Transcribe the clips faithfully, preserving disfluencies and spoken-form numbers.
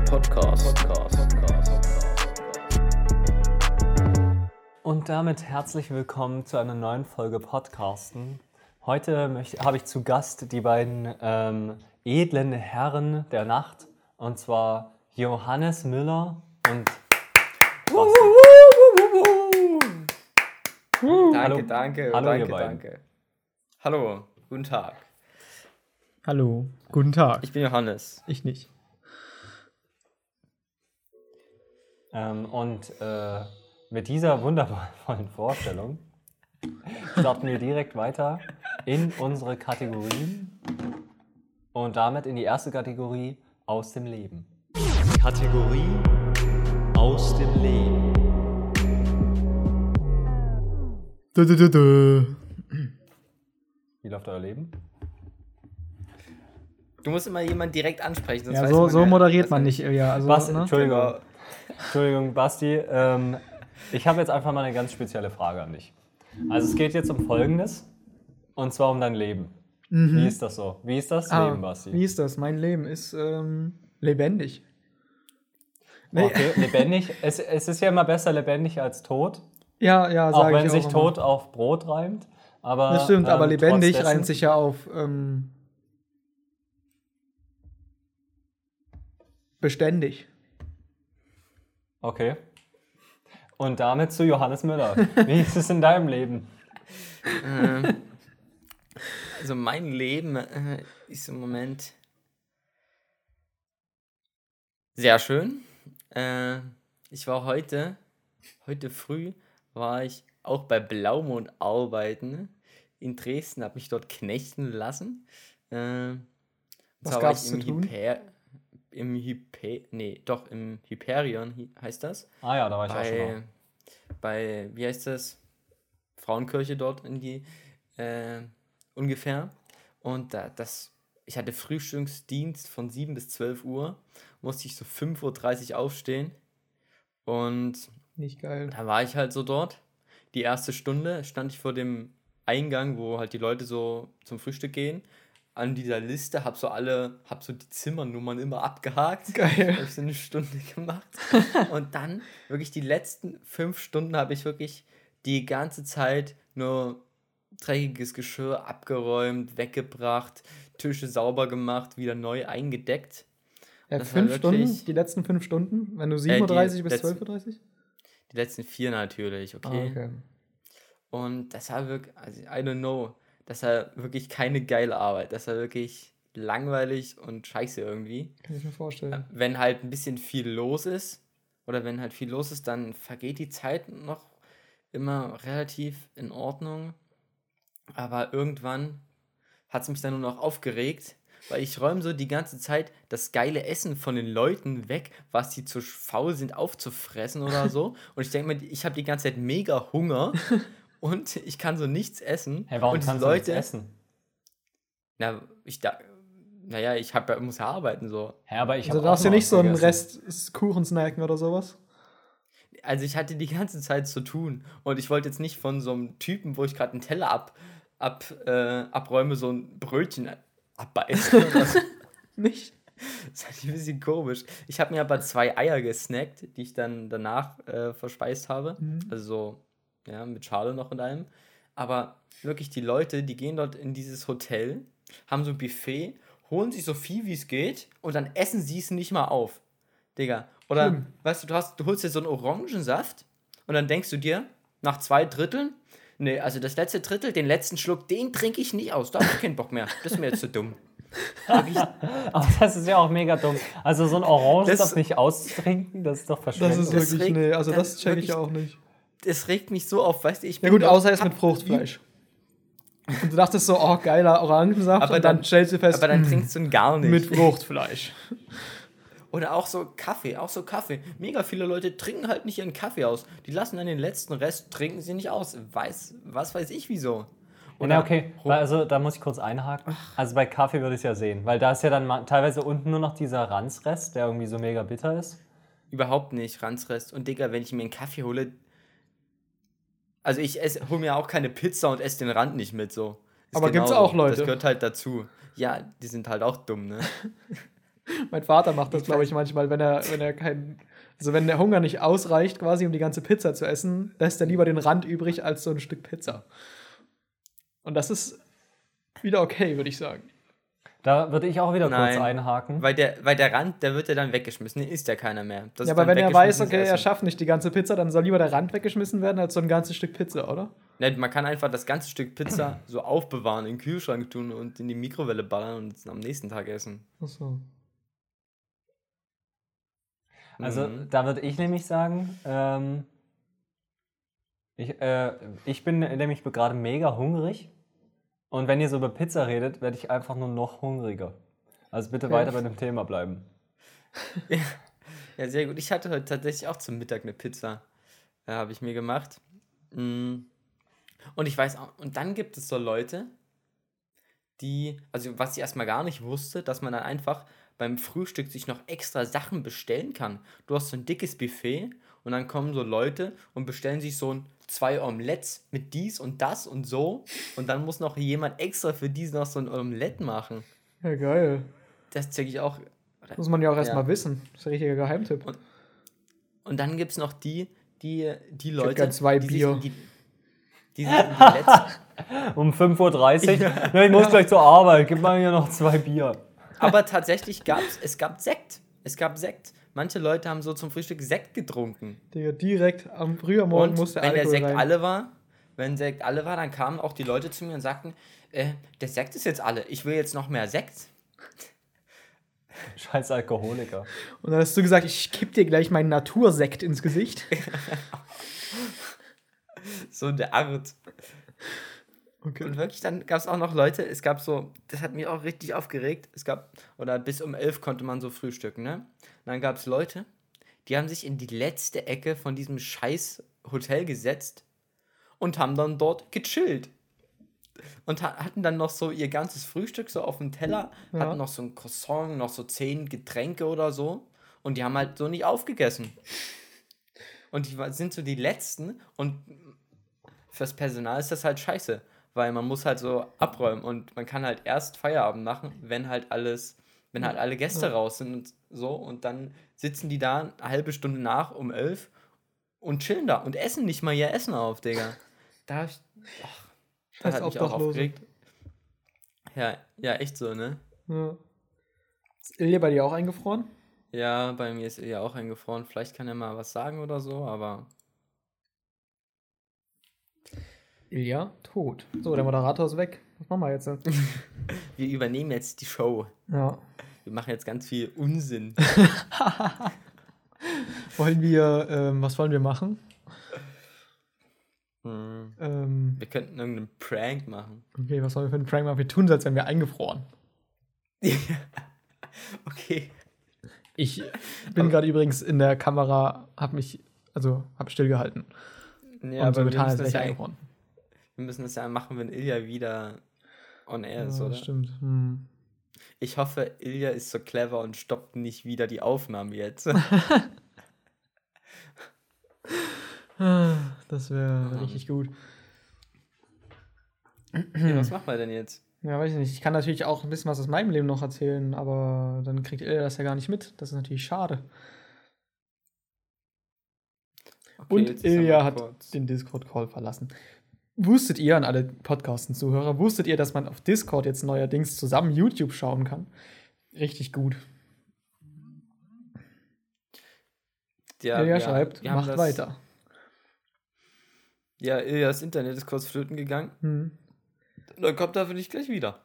Podcast. Podcast. Und damit herzlich willkommen zu einer neuen Folge Podcasten. Heute möchte, habe ich zu Gast die beiden ähm, edlen Herren der Nacht, und zwar Johannes Müller und Basti. Danke, Hallo. danke, Hallo, ihr danke, beiden. danke. Hallo, guten Tag. Hallo, guten Tag. Ich bin Johannes. Ich nicht. Ähm, und äh, mit dieser wundervollen Vorstellung starten wir direkt weiter in unsere Kategorien und damit in die erste Kategorie aus dem Leben. Kategorie aus dem Leben. Dö, dö, dö, dö. Wie läuft euer Leben? Du musst immer jemanden direkt ansprechen. Sonst Ja, weiß so, man so gar nicht, moderiert was man er- nicht, Ilja. Also, Basti, ne? Entschuldigung, Genau. Entschuldigung, Basti. Ähm, ich habe jetzt einfach mal eine ganz spezielle Frage an dich. Also es geht jetzt um Folgendes, und zwar um dein Leben. Wie ist das so? Wie ist das Ah, Leben, Basti? wie ist das? Mein Leben ist ähm, lebendig. Nee. Okay, lebendig. Es, es ist ja immer besser lebendig als tot. Ja, ja, Auch sage wenn ich sich auch tot immer. auf Brot reimt. Aber, Das stimmt, aber ähm, lebendig trotz dessen- reimt sich ja auf ähm, beständig. Okay. Und damit zu Johannes Müller. Wie ist es in deinem Leben? Ähm, also mein Leben äh, ist im Moment sehr schön. Äh, ich war heute, heute früh war ich auch bei Blaumond arbeiten in Dresden, habe mich dort knechten lassen. Äh, und Was zwar war gab's ich zu im tun? Hyper, im Hyper, nee, doch im Hyperion hi- heißt das. Ah ja, da war ich auch schon Bei, mal. bei, wie heißt das? Frauenkirche dort in die, äh, ungefähr. Und da, das, ich hatte Frühstücksdienst von sieben bis zwölf Uhr, musste ich so fünf Uhr dreißig aufstehen. Und Nicht geil. da war ich halt so dort. Die erste Stunde stand ich vor dem Eingang, wo halt die Leute so zum Frühstück gehen. An dieser Liste hab so alle, hab so die Zimmernummern immer abgehakt. Geil. Habe ich so eine Stunde gemacht. Und dann wirklich die letzten fünf Stunden habe ich wirklich die ganze Zeit nur dreckiges Geschirr abgeräumt, weggebracht, Tische sauber gemacht, wieder neu eingedeckt. Ja, Das war fünf wirklich- Stunden, die letzten fünf Stunden, wenn du die sieben Uhr dreißig bis letzten- zwölf Uhr dreißig? Die letzten vier natürlich, okay? Ah, okay. Und das war wirklich, also I don't know, das war wirklich keine geile Arbeit. Das war wirklich langweilig und scheiße irgendwie. Kann ich mir vorstellen. Wenn halt ein bisschen viel los ist, oder wenn halt viel los ist, dann vergeht die Zeit noch immer relativ in Ordnung. Aber irgendwann hat es mich dann nur noch aufgeregt, weil ich räume so die ganze Zeit das geile Essen von den Leuten weg, was sie zu faul sind aufzufressen oder so. Und ich denke mir, ich habe die ganze Zeit mega Hunger und ich kann so nichts essen. Hey, warum und diese kannst du nichts essen? Na, ich da, naja, ich hab, ja- muss ja arbeiten so. Hä, aber ich Also hab darfst auch du nicht noch so einen gegessen. Rest Kuchen snacken oder sowas? Also ich hatte die ganze Zeit zu tun und ich wollte jetzt nicht von so einem Typen, wo ich gerade einen Teller ab, ab, äh, abräume, so ein Brötchen abbeißen oder so. Nicht? Das ist ein bisschen komisch. Ich habe mir aber zwei Eier gesnackt, die ich dann danach äh, verspeist habe. Mhm. Also so, ja, mit Schale noch und allem. Aber wirklich die Leute, die gehen dort in dieses Hotel, haben so ein Buffet, holen sich so viel wie es geht und dann essen sie es nicht mal auf. Digga. Oder, Schlimm. weißt du, du, hast, du holst dir so einen Orangensaft und dann denkst du dir, nach zwei Dritteln, nee, also das letzte Drittel, den letzten Schluck, den trinke ich nicht aus. Da habe ich keinen Bock mehr. Das ist mir jetzt zu dumm. Wirklich, Aber das ist ja auch mega dumm. Also so ein Orangensaft Das- nicht auszutrinken, das ist doch Das Verschwendung. ist Das wirklich, regt- nee, also das das check ich wirklich- auch nicht. das regt mich so auf, weißt du, ich Ja bin gut, dort- außer es hab- mit Fruchtfleisch. Und du dachtest so, oh, geiler Orangensaft, Aber und dann, dann- stellst du fest, Aber dann mm, trinkst du ihn gar nicht. mit Fruchtfleisch. Oder auch so Kaffee, auch so Kaffee. Mega viele Leute trinken halt nicht ihren Kaffee aus. Die lassen dann den letzten Rest, trinken sie nicht aus. Weiß, was weiß ich wieso. Na, okay, weil also da muss ich kurz einhaken. Also bei Kaffee würde ich es ja sehen, weil da ist ja dann ma- teilweise unten nur noch dieser Ranzrest, der irgendwie so mega bitter ist. Überhaupt nicht, Ranzrest. Und Digga, wenn ich mir einen Kaffee hole, also ich esse, hole mir auch keine Pizza und esse den Rand nicht mit, so. Ist Aber gibt's genauso. auch Leute. Das gehört halt dazu. Ja, die sind halt auch dumm, ne? Mein Vater macht das, glaube ich, manchmal, wenn er, wenn er kein, also wenn der Hunger nicht ausreicht, quasi, um die ganze Pizza zu essen, lässt er lieber den Rand übrig als so ein Stück Pizza. Und das ist wieder okay, würde ich sagen. Da würde ich auch wieder Nein, kurz einhaken. Weil der, weil der Rand, der wird ja dann weggeschmissen, den isst ja keiner mehr. Das Ja, ist aber dann wenn er weiß, weggeschmissenes okay, er Essen. schafft nicht die ganze Pizza, dann soll lieber der Rand weggeschmissen werden, als so ein ganzes Stück Pizza, oder? Ne, man kann einfach das ganze Stück Pizza so aufbewahren, in den Kühlschrank tun und in die Mikrowelle ballern und es am nächsten Tag essen. Achso. Also Mhm. da würde ich nämlich sagen, ähm, ich, äh, ich bin nämlich gerade mega hungrig. Und wenn ihr so über Pizza redet, werde ich einfach nur noch hungriger. Also bitte Ja. weiter bei dem Thema bleiben. Ja, ja, sehr gut. Ich hatte heute tatsächlich auch zum Mittag eine Pizza. Äh, habe ich mir gemacht. Mm. Und ich weiß auch, und dann gibt es so Leute, die, also was ich erstmal gar nicht wusste, dass man dann einfach beim Frühstück sich noch extra Sachen bestellen kann. Du hast so ein dickes Buffet und dann kommen so Leute und bestellen sich so ein zwei Omelettes mit dies und das und so und dann muss noch jemand extra für dies noch so ein Omelett machen. Ja, geil. Das check ich auch. Das muss man ja auch erstmal Ja. wissen. Das ist ein richtiger Geheimtipp. Und- Und dann gibt es noch die, die, die hätt Leute, gern zwei die Bier. sich in die, die sich in die letzten, Um fünf Uhr dreißig. Ja, ich muss gleich zur Arbeit. Gib mal hier noch zwei Bier. aber tatsächlich gab es, es gab Sekt. Es gab Sekt. Manche Leute haben so zum Frühstück Sekt getrunken. Digga, direkt am frühen Morgen Und muss der wenn der Alkohol Sekt rein. alle war, wenn Sekt alle war, dann kamen auch die Leute zu mir und sagten, äh, der Sekt ist jetzt alle, ich will jetzt noch mehr Sekt. Scheiß Alkoholiker. Und dann hast du gesagt, ich kipp dir gleich meinen Natursekt ins Gesicht. So in der Art. Okay. Und wirklich, dann gab es auch noch Leute, es gab so, das hat mich auch richtig aufgeregt, es gab, oder bis um elf konnte man so frühstücken, ne? Und dann gab es Leute, die haben sich in die letzte Ecke von diesem scheiß Hotel gesetzt und haben dann dort gechillt. Und ha- hatten dann noch so ihr ganzes Frühstück so auf dem Teller, Ja. hatten noch so ein Croissant, noch so zehn Getränke oder so. Und die haben halt so nicht aufgegessen. Und die wa- sind so die Letzten. Und fürs Personal ist das halt scheiße. Weil man muss halt so abräumen. Und man kann halt erst Feierabend machen, wenn halt alles, wenn halt alle Gäste raus sind und so. Und dann sitzen die da eine halbe Stunde nach um elf und chillen da und essen nicht mal ihr Essen auf, Digga. Da hab ich, ach, das Scheiß hat mich auch Obdachlose. aufgeregt. Ja, ja, echt so, ne? Ja. Ist Ilja bei dir auch eingefroren? Ja, bei mir ist ja auch eingefroren. Vielleicht kann er mal was sagen oder so, aber Ilja, tot. So, der Moderator ist weg. Was machen wir jetzt? wir übernehmen jetzt die Show. Ja. Wir machen jetzt ganz viel Unsinn. Wollen wir, ähm, was wollen wir machen? Hm. Ähm, Wir könnten irgendeinen Prank machen. okay, was wollen wir für einen Prank machen? Wir tun so, als wären wir eingefroren. Okay. Ich bin gerade übrigens in der Kamera, hab mich, also hab stillgehalten. Ja, und so aber wir getan, als müssen, wäre das ich ja, eingefroren. wir müssen das ja machen, wenn Ilja wieder on air Ja, ist, oder? das stimmt. Hm. Ich hoffe, Ilja ist so clever und stoppt nicht wieder die Aufnahme jetzt. Das wäre Ähm. richtig gut. Ja, was machen wir denn jetzt? Ja, weiß ich nicht. Ich kann natürlich auch ein bisschen was aus meinem Leben noch erzählen, aber dann kriegt Ilja das ja gar nicht mit. Das ist natürlich schade. Okay, Und jetzt ist er Ilja mal hat kurz. den Discord-Call verlassen. Wusstet ihr, an alle Podcasten-Zuhörer, wusstet ihr, dass man auf Discord jetzt neuerdings zusammen YouTube schauen kann? Richtig gut. Ja, Ilja wir- schreibt, wir haben macht das- weiter. Ja, Iljas Internet ist kurz flöten gegangen. Hm. Und dann kommt er für dich gleich wieder.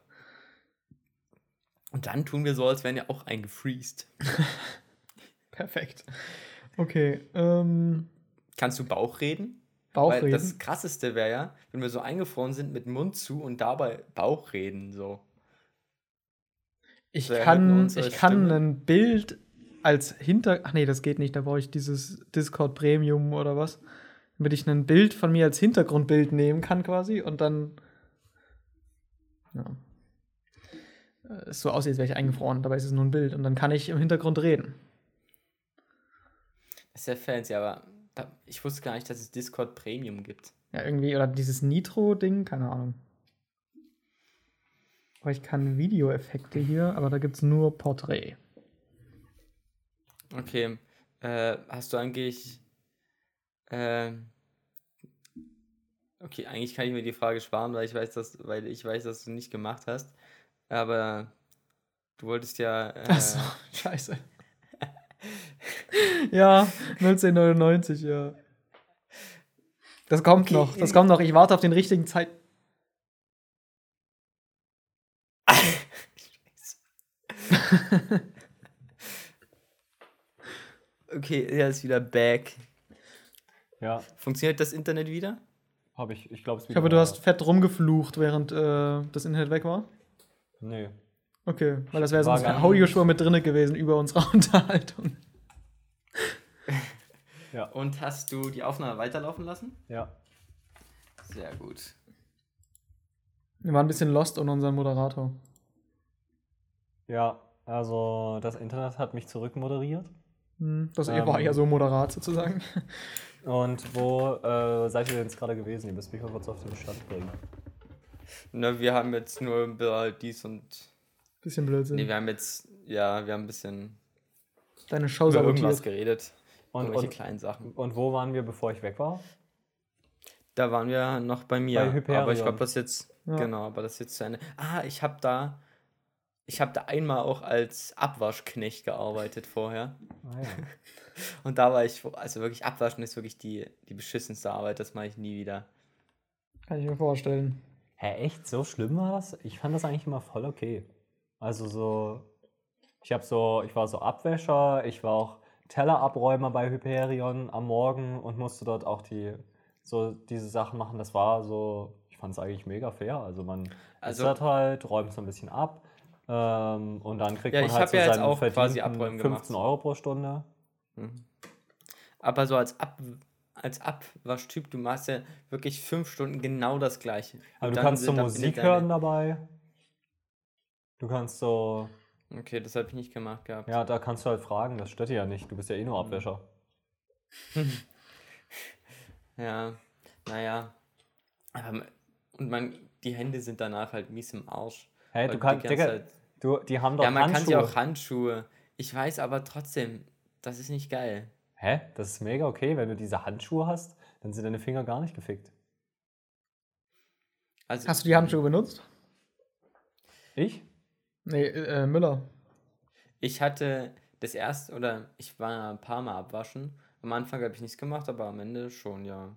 Und dann tun wir so, als wären ja auch eingefreezed. Perfekt. Okay, ähm, Kannst du Bauch reden? Bauchreden. Weil das Krasseste wäre ja, wenn wir so eingefroren sind mit Mund zu und dabei Bauch reden, so. Ich Wir hörten kann, unsere ich kann Stimme. ein Bild als Hinter... Ach nee, das geht nicht, da brauche ich dieses Discord Premium oder was. Damit ich ein Bild von mir als Hintergrundbild nehmen kann quasi und dann... Ja. Äh, Es so aussieht, als wäre ich eingefroren, dabei ist es nur ein Bild und dann kann ich im Hintergrund reden. Das ist ja fancy, aber da, ich wusste gar nicht, dass es Discord Premium gibt. Ja, irgendwie, oder dieses Nitro-Ding, keine Ahnung. Aber ich kann Videoeffekte hier, aber da gibt es nur Porträt. Okay. Äh, hast du eigentlich. Äh, okay, eigentlich kann ich mir die Frage sparen, weil ich weiß, dass, weil ich weiß, dass du nicht gemacht hast. Aber du wolltest ja. Achso, Äh, scheiße. Ja, neunzehnhundertneunundneunzig, ja. Das kommt Okay, noch, das in- kommt noch. Ich warte auf den richtigen Zeit. okay, er ist wieder back. Ja, Funktioniert das Internet wieder? habe ich. Ich glaube, es Ich hoffe, du hast fett rumgeflucht, während äh, das Internet weg war. Nee. Okay, weil das wäre War sonst gar eine nicht. Audiospur mit drinne gewesen über unsere Unterhaltung. Ja. Und hast du die Aufnahme weiterlaufen lassen? Ja. Sehr gut. Wir waren ein bisschen lost ohne unseren Moderator. Ja, also das Internet hat mich zurückmoderiert. Hm, Das Ähm. war ja so moderat sozusagen. Und wo äh, seid ihr denn jetzt gerade gewesen? Ihr müsst mich mal kurz auf den Stand bringen. Na, wir haben jetzt nur über dies und. Bisschen Blödsinn. Nee, wir haben jetzt. Ja, wir haben ein bisschen Deine Show über irgendwas sabotiert. geredet. Und, Irgendwelche und, kleinen Sachen. und wo waren wir, bevor ich weg war? Da waren wir noch bei mir. Bei Hyperion. Aber ich glaube, das jetzt. Ja. Genau, aber das ist jetzt zu Ende. Ah, ich habe da. Ich habe da einmal auch als Abwaschknecht gearbeitet vorher. Ah ja. Und da war ich. Also wirklich, Abwaschen ist wirklich die, die beschissenste Arbeit. Das mache ich nie wieder. Kann ich mir vorstellen. Hä, echt? So schlimm war das? Ich fand das eigentlich immer voll okay. Also so, ich habe so, ich war so Abwäscher, ich war auch Tellerabräumer bei Hyperion am Morgen und musste dort auch die, so diese Sachen machen. Das war so, ich fand es eigentlich mega fair. Also man Also- ist halt, räumt so ein bisschen ab ähm, und dann kriegt Ja, man ich halt hab so ja jetzt seinen auch quasi verdienten Abräumen gemacht. fünfzehn Euro pro Stunde. Mhm. Aber so als, Ab, als Abwaschtyp, du machst ja wirklich fünf Stunden genau das Gleiche. Aber Und du dann kannst so sind am Musik Ende deine- hören dabei. Du kannst so, Okay, das habe ich nicht gemacht gehabt. ja, da kannst du halt fragen, das stört dich ja nicht. Du bist ja eh nur Mhm. Abwäscher. Ja, naja. Aber, und man, die Hände sind danach halt mies im Arsch. Hey, weil du die kannst, ganze Digga, Zeit- du, die haben doch Ja, man kann Handschuhe. sie auch Handschuhe. Ich weiß aber trotzdem, das ist nicht geil. Hä? Das ist mega okay, wenn du diese Handschuhe hast, dann sind deine Finger gar nicht gefickt. Also, Hast du die Handschuhe benutzt? Ich? Nee, äh, Müller. Ich hatte das erste, oder ich war ein paar Mal abwaschen. Am Anfang habe ich nichts gemacht, aber am Ende schon, ja.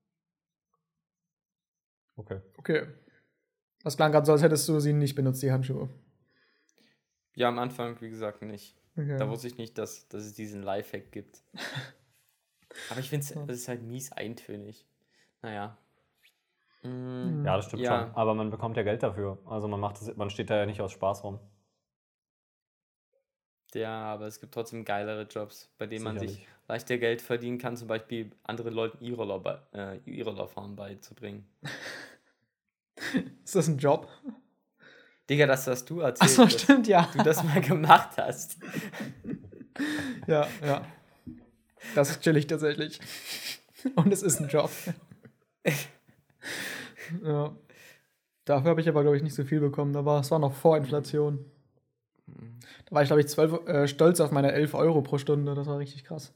Okay. Okay. Das klang gerade so, als hättest du sie nicht benutzt, die Handschuhe. Ja, am Anfang, wie gesagt, nicht. Okay. Da wusste ich nicht, dass, dass es diesen Lifehack gibt. Aber ich finde, es ist halt mies eintönig. Naja. Mm, Ja, das stimmt ja. schon. Aber man bekommt ja Geld dafür. Also man macht das, man steht da ja nicht aus Spaß rum. Ja, aber es gibt trotzdem geilere Jobs, bei denen man sich Sicherlich. leichter Geld verdienen kann, zum Beispiel anderen Leuten E-Roller, bei, äh, E-Roller-Fahren beizubringen. Ist das ein Job? Digga, das hast du erzählt, Achso, dass stimmt, ja. du das mal gemacht hast. Ja, ja. Das ist chillig tatsächlich. Und es ist ein Job. Ja. Dafür habe ich aber, glaube ich, nicht so viel bekommen. Aber es war noch vor Inflation. Da war ich, glaube ich, zwölf, äh, stolz auf meine elf Euro pro Stunde. Das war richtig krass.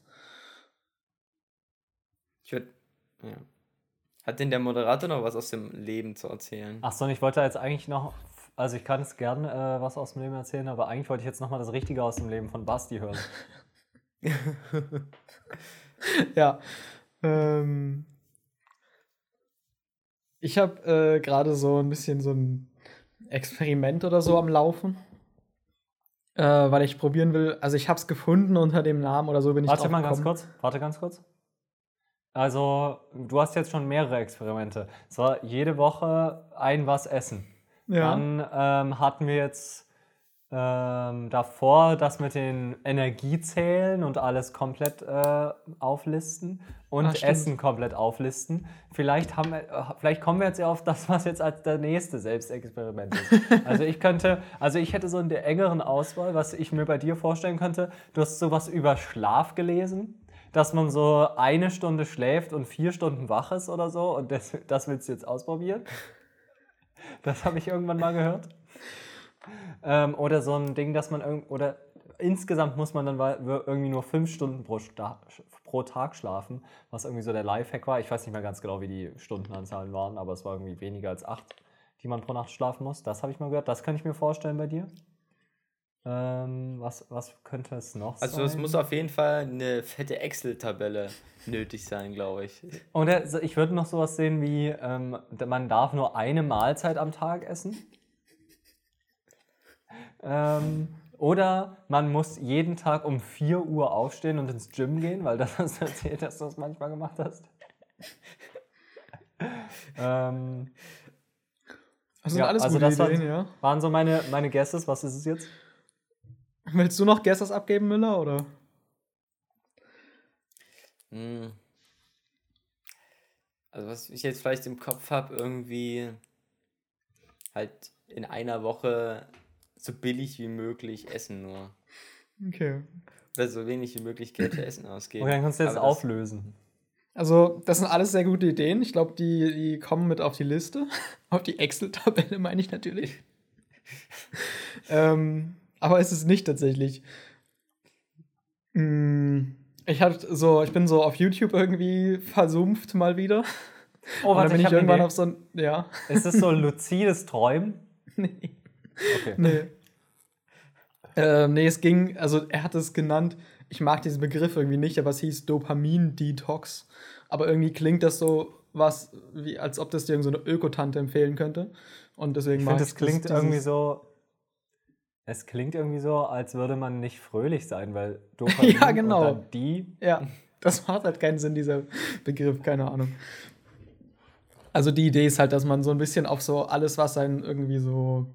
Ich würd, ja. Hat denn der Moderator noch was aus dem Leben zu erzählen? Achso, und ich wollte jetzt eigentlich noch, also ich kann jetzt gerne äh, was aus dem Leben erzählen, aber eigentlich wollte ich jetzt nochmal das Richtige aus dem Leben von Basti hören. Ja. Ähm, ich habe äh, gerade so ein bisschen so ein Experiment oder so am Laufen. Äh, weil ich probieren will. Also ich habe es gefunden unter dem Namen oder so bin ich Warte drauf mal ganz gekommen. kurz, warte ganz kurz. Also, du hast jetzt schon mehrere Experimente. Es war jede Woche ein was essen. Ja. Dann ähm, hatten wir jetzt ähm, davor das mit den Energiezählen und alles komplett äh, auflisten und Ah, stimmt. Essen komplett auflisten. Vielleicht, haben wir, äh, vielleicht kommen wir jetzt ja auf das, was jetzt als der nächste Selbstexperiment ist. Also ich könnte, also ich hätte so in der engeren Auswahl, was ich mir bei dir vorstellen könnte, du hast sowas über Schlaf gelesen, dass man so eine Stunde schläft und vier Stunden wach ist oder so und das, das willst du jetzt ausprobieren? Das habe ich irgendwann mal gehört. Ähm, oder so ein Ding, dass man irgend oder insgesamt muss man dann wa- wir- irgendwie nur fünf Stunden pro, Sta pro Tag schlafen, was irgendwie so der Lifehack war. Ich weiß nicht mehr ganz genau, wie die Stundenanzahlen waren, aber es war irgendwie weniger als acht, die man pro Nacht schlafen muss. Das habe ich mal gehört. Das kann ich mir vorstellen bei dir. Ähm, was, was könnte es noch Also sein? es muss auf jeden Fall eine fette Excel-Tabelle nötig sein, glaube ich. Und er, so- ich würde noch sowas sehen wie, ähm, d- man darf nur eine Mahlzeit am Tag essen. Ähm, oder man muss jeden Tag um vier Uhr aufstehen und ins Gym gehen, weil das hast du erzählt, dass du das manchmal gemacht hast. ähm, Das sind ja, alles also gute das waren, Ideen, ja. waren so meine, meine Guesses. Was ist es jetzt? Willst du noch Guesses abgeben, Müller, oder? Hm. Also was ich jetzt vielleicht im Kopf habe, irgendwie halt in einer Woche so billig wie möglich essen nur. Okay. Oder so wenig wie möglich Geld für Essen ausgeben. Okay, dann kannst du jetzt Aber das- auflösen. Also, das sind alles sehr gute Ideen. Ich glaube, die, die kommen mit auf die Liste. Auf die Excel-Tabelle meine ich natürlich. ähm, aber es ist nicht tatsächlich. Mm, Ich hatte so, ich bin so auf YouTube irgendwie versumpft mal wieder. Oh, Und dann bin ich hab eine irgendwann Idee. auf so ein. Ja. Ist es so luzides Träumen? Nee. Okay. Nee. ähm, nee, es ging, also er hat es genannt, ich mag diesen Begriff irgendwie nicht, aber es hieß Dopamin-Detox. Aber irgendwie klingt das so was, wie, als ob das dir irgendeine so eine Ökotante empfehlen könnte. Und deswegen Ich mag finde, es das- klingt dieses- irgendwie so. Es klingt irgendwie so, als würde man nicht fröhlich sein, weil Dopamin Ja, genau. und dann die. Ja, das macht halt keinen Sinn, dieser Begriff, keine Ahnung. Also die Idee ist halt, dass man so ein bisschen auf so alles, was einen irgendwie so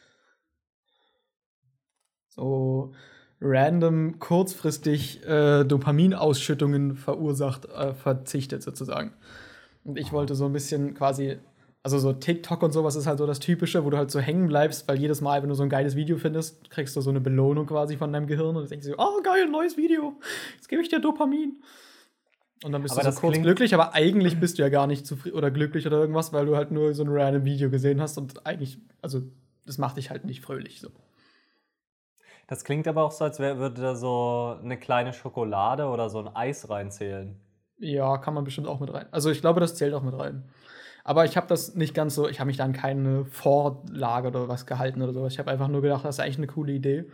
so random, kurzfristig äh, Dopaminausschüttungen verursacht, äh, verzichtet sozusagen. Und ich wollte so ein bisschen quasi, also so TikTok und sowas ist halt so das Typische, wo du halt so hängen bleibst, weil jedes Mal, wenn du so ein geiles Video findest, kriegst du so eine Belohnung quasi von deinem Gehirn und du denkst dir, oh geil, neues Video, jetzt gebe ich dir Dopamin. Und dann bist Aber du das so kurz klingt- glücklich, aber eigentlich bist du ja gar nicht zufrieden oder glücklich oder irgendwas, weil du halt nur so ein random Video gesehen hast und eigentlich, also das macht dich halt nicht fröhlich so. Das klingt aber auch so, als wär, würde da so eine kleine Schokolade oder so ein Eis reinzählen. Ja, kann man bestimmt auch mit rein. Also ich glaube, das zählt auch mit rein. Aber ich habe das nicht ganz so, ich habe mich da an keine Vorlage oder was gehalten oder sowas. Ich habe einfach nur gedacht, das ist eigentlich eine coole Idee.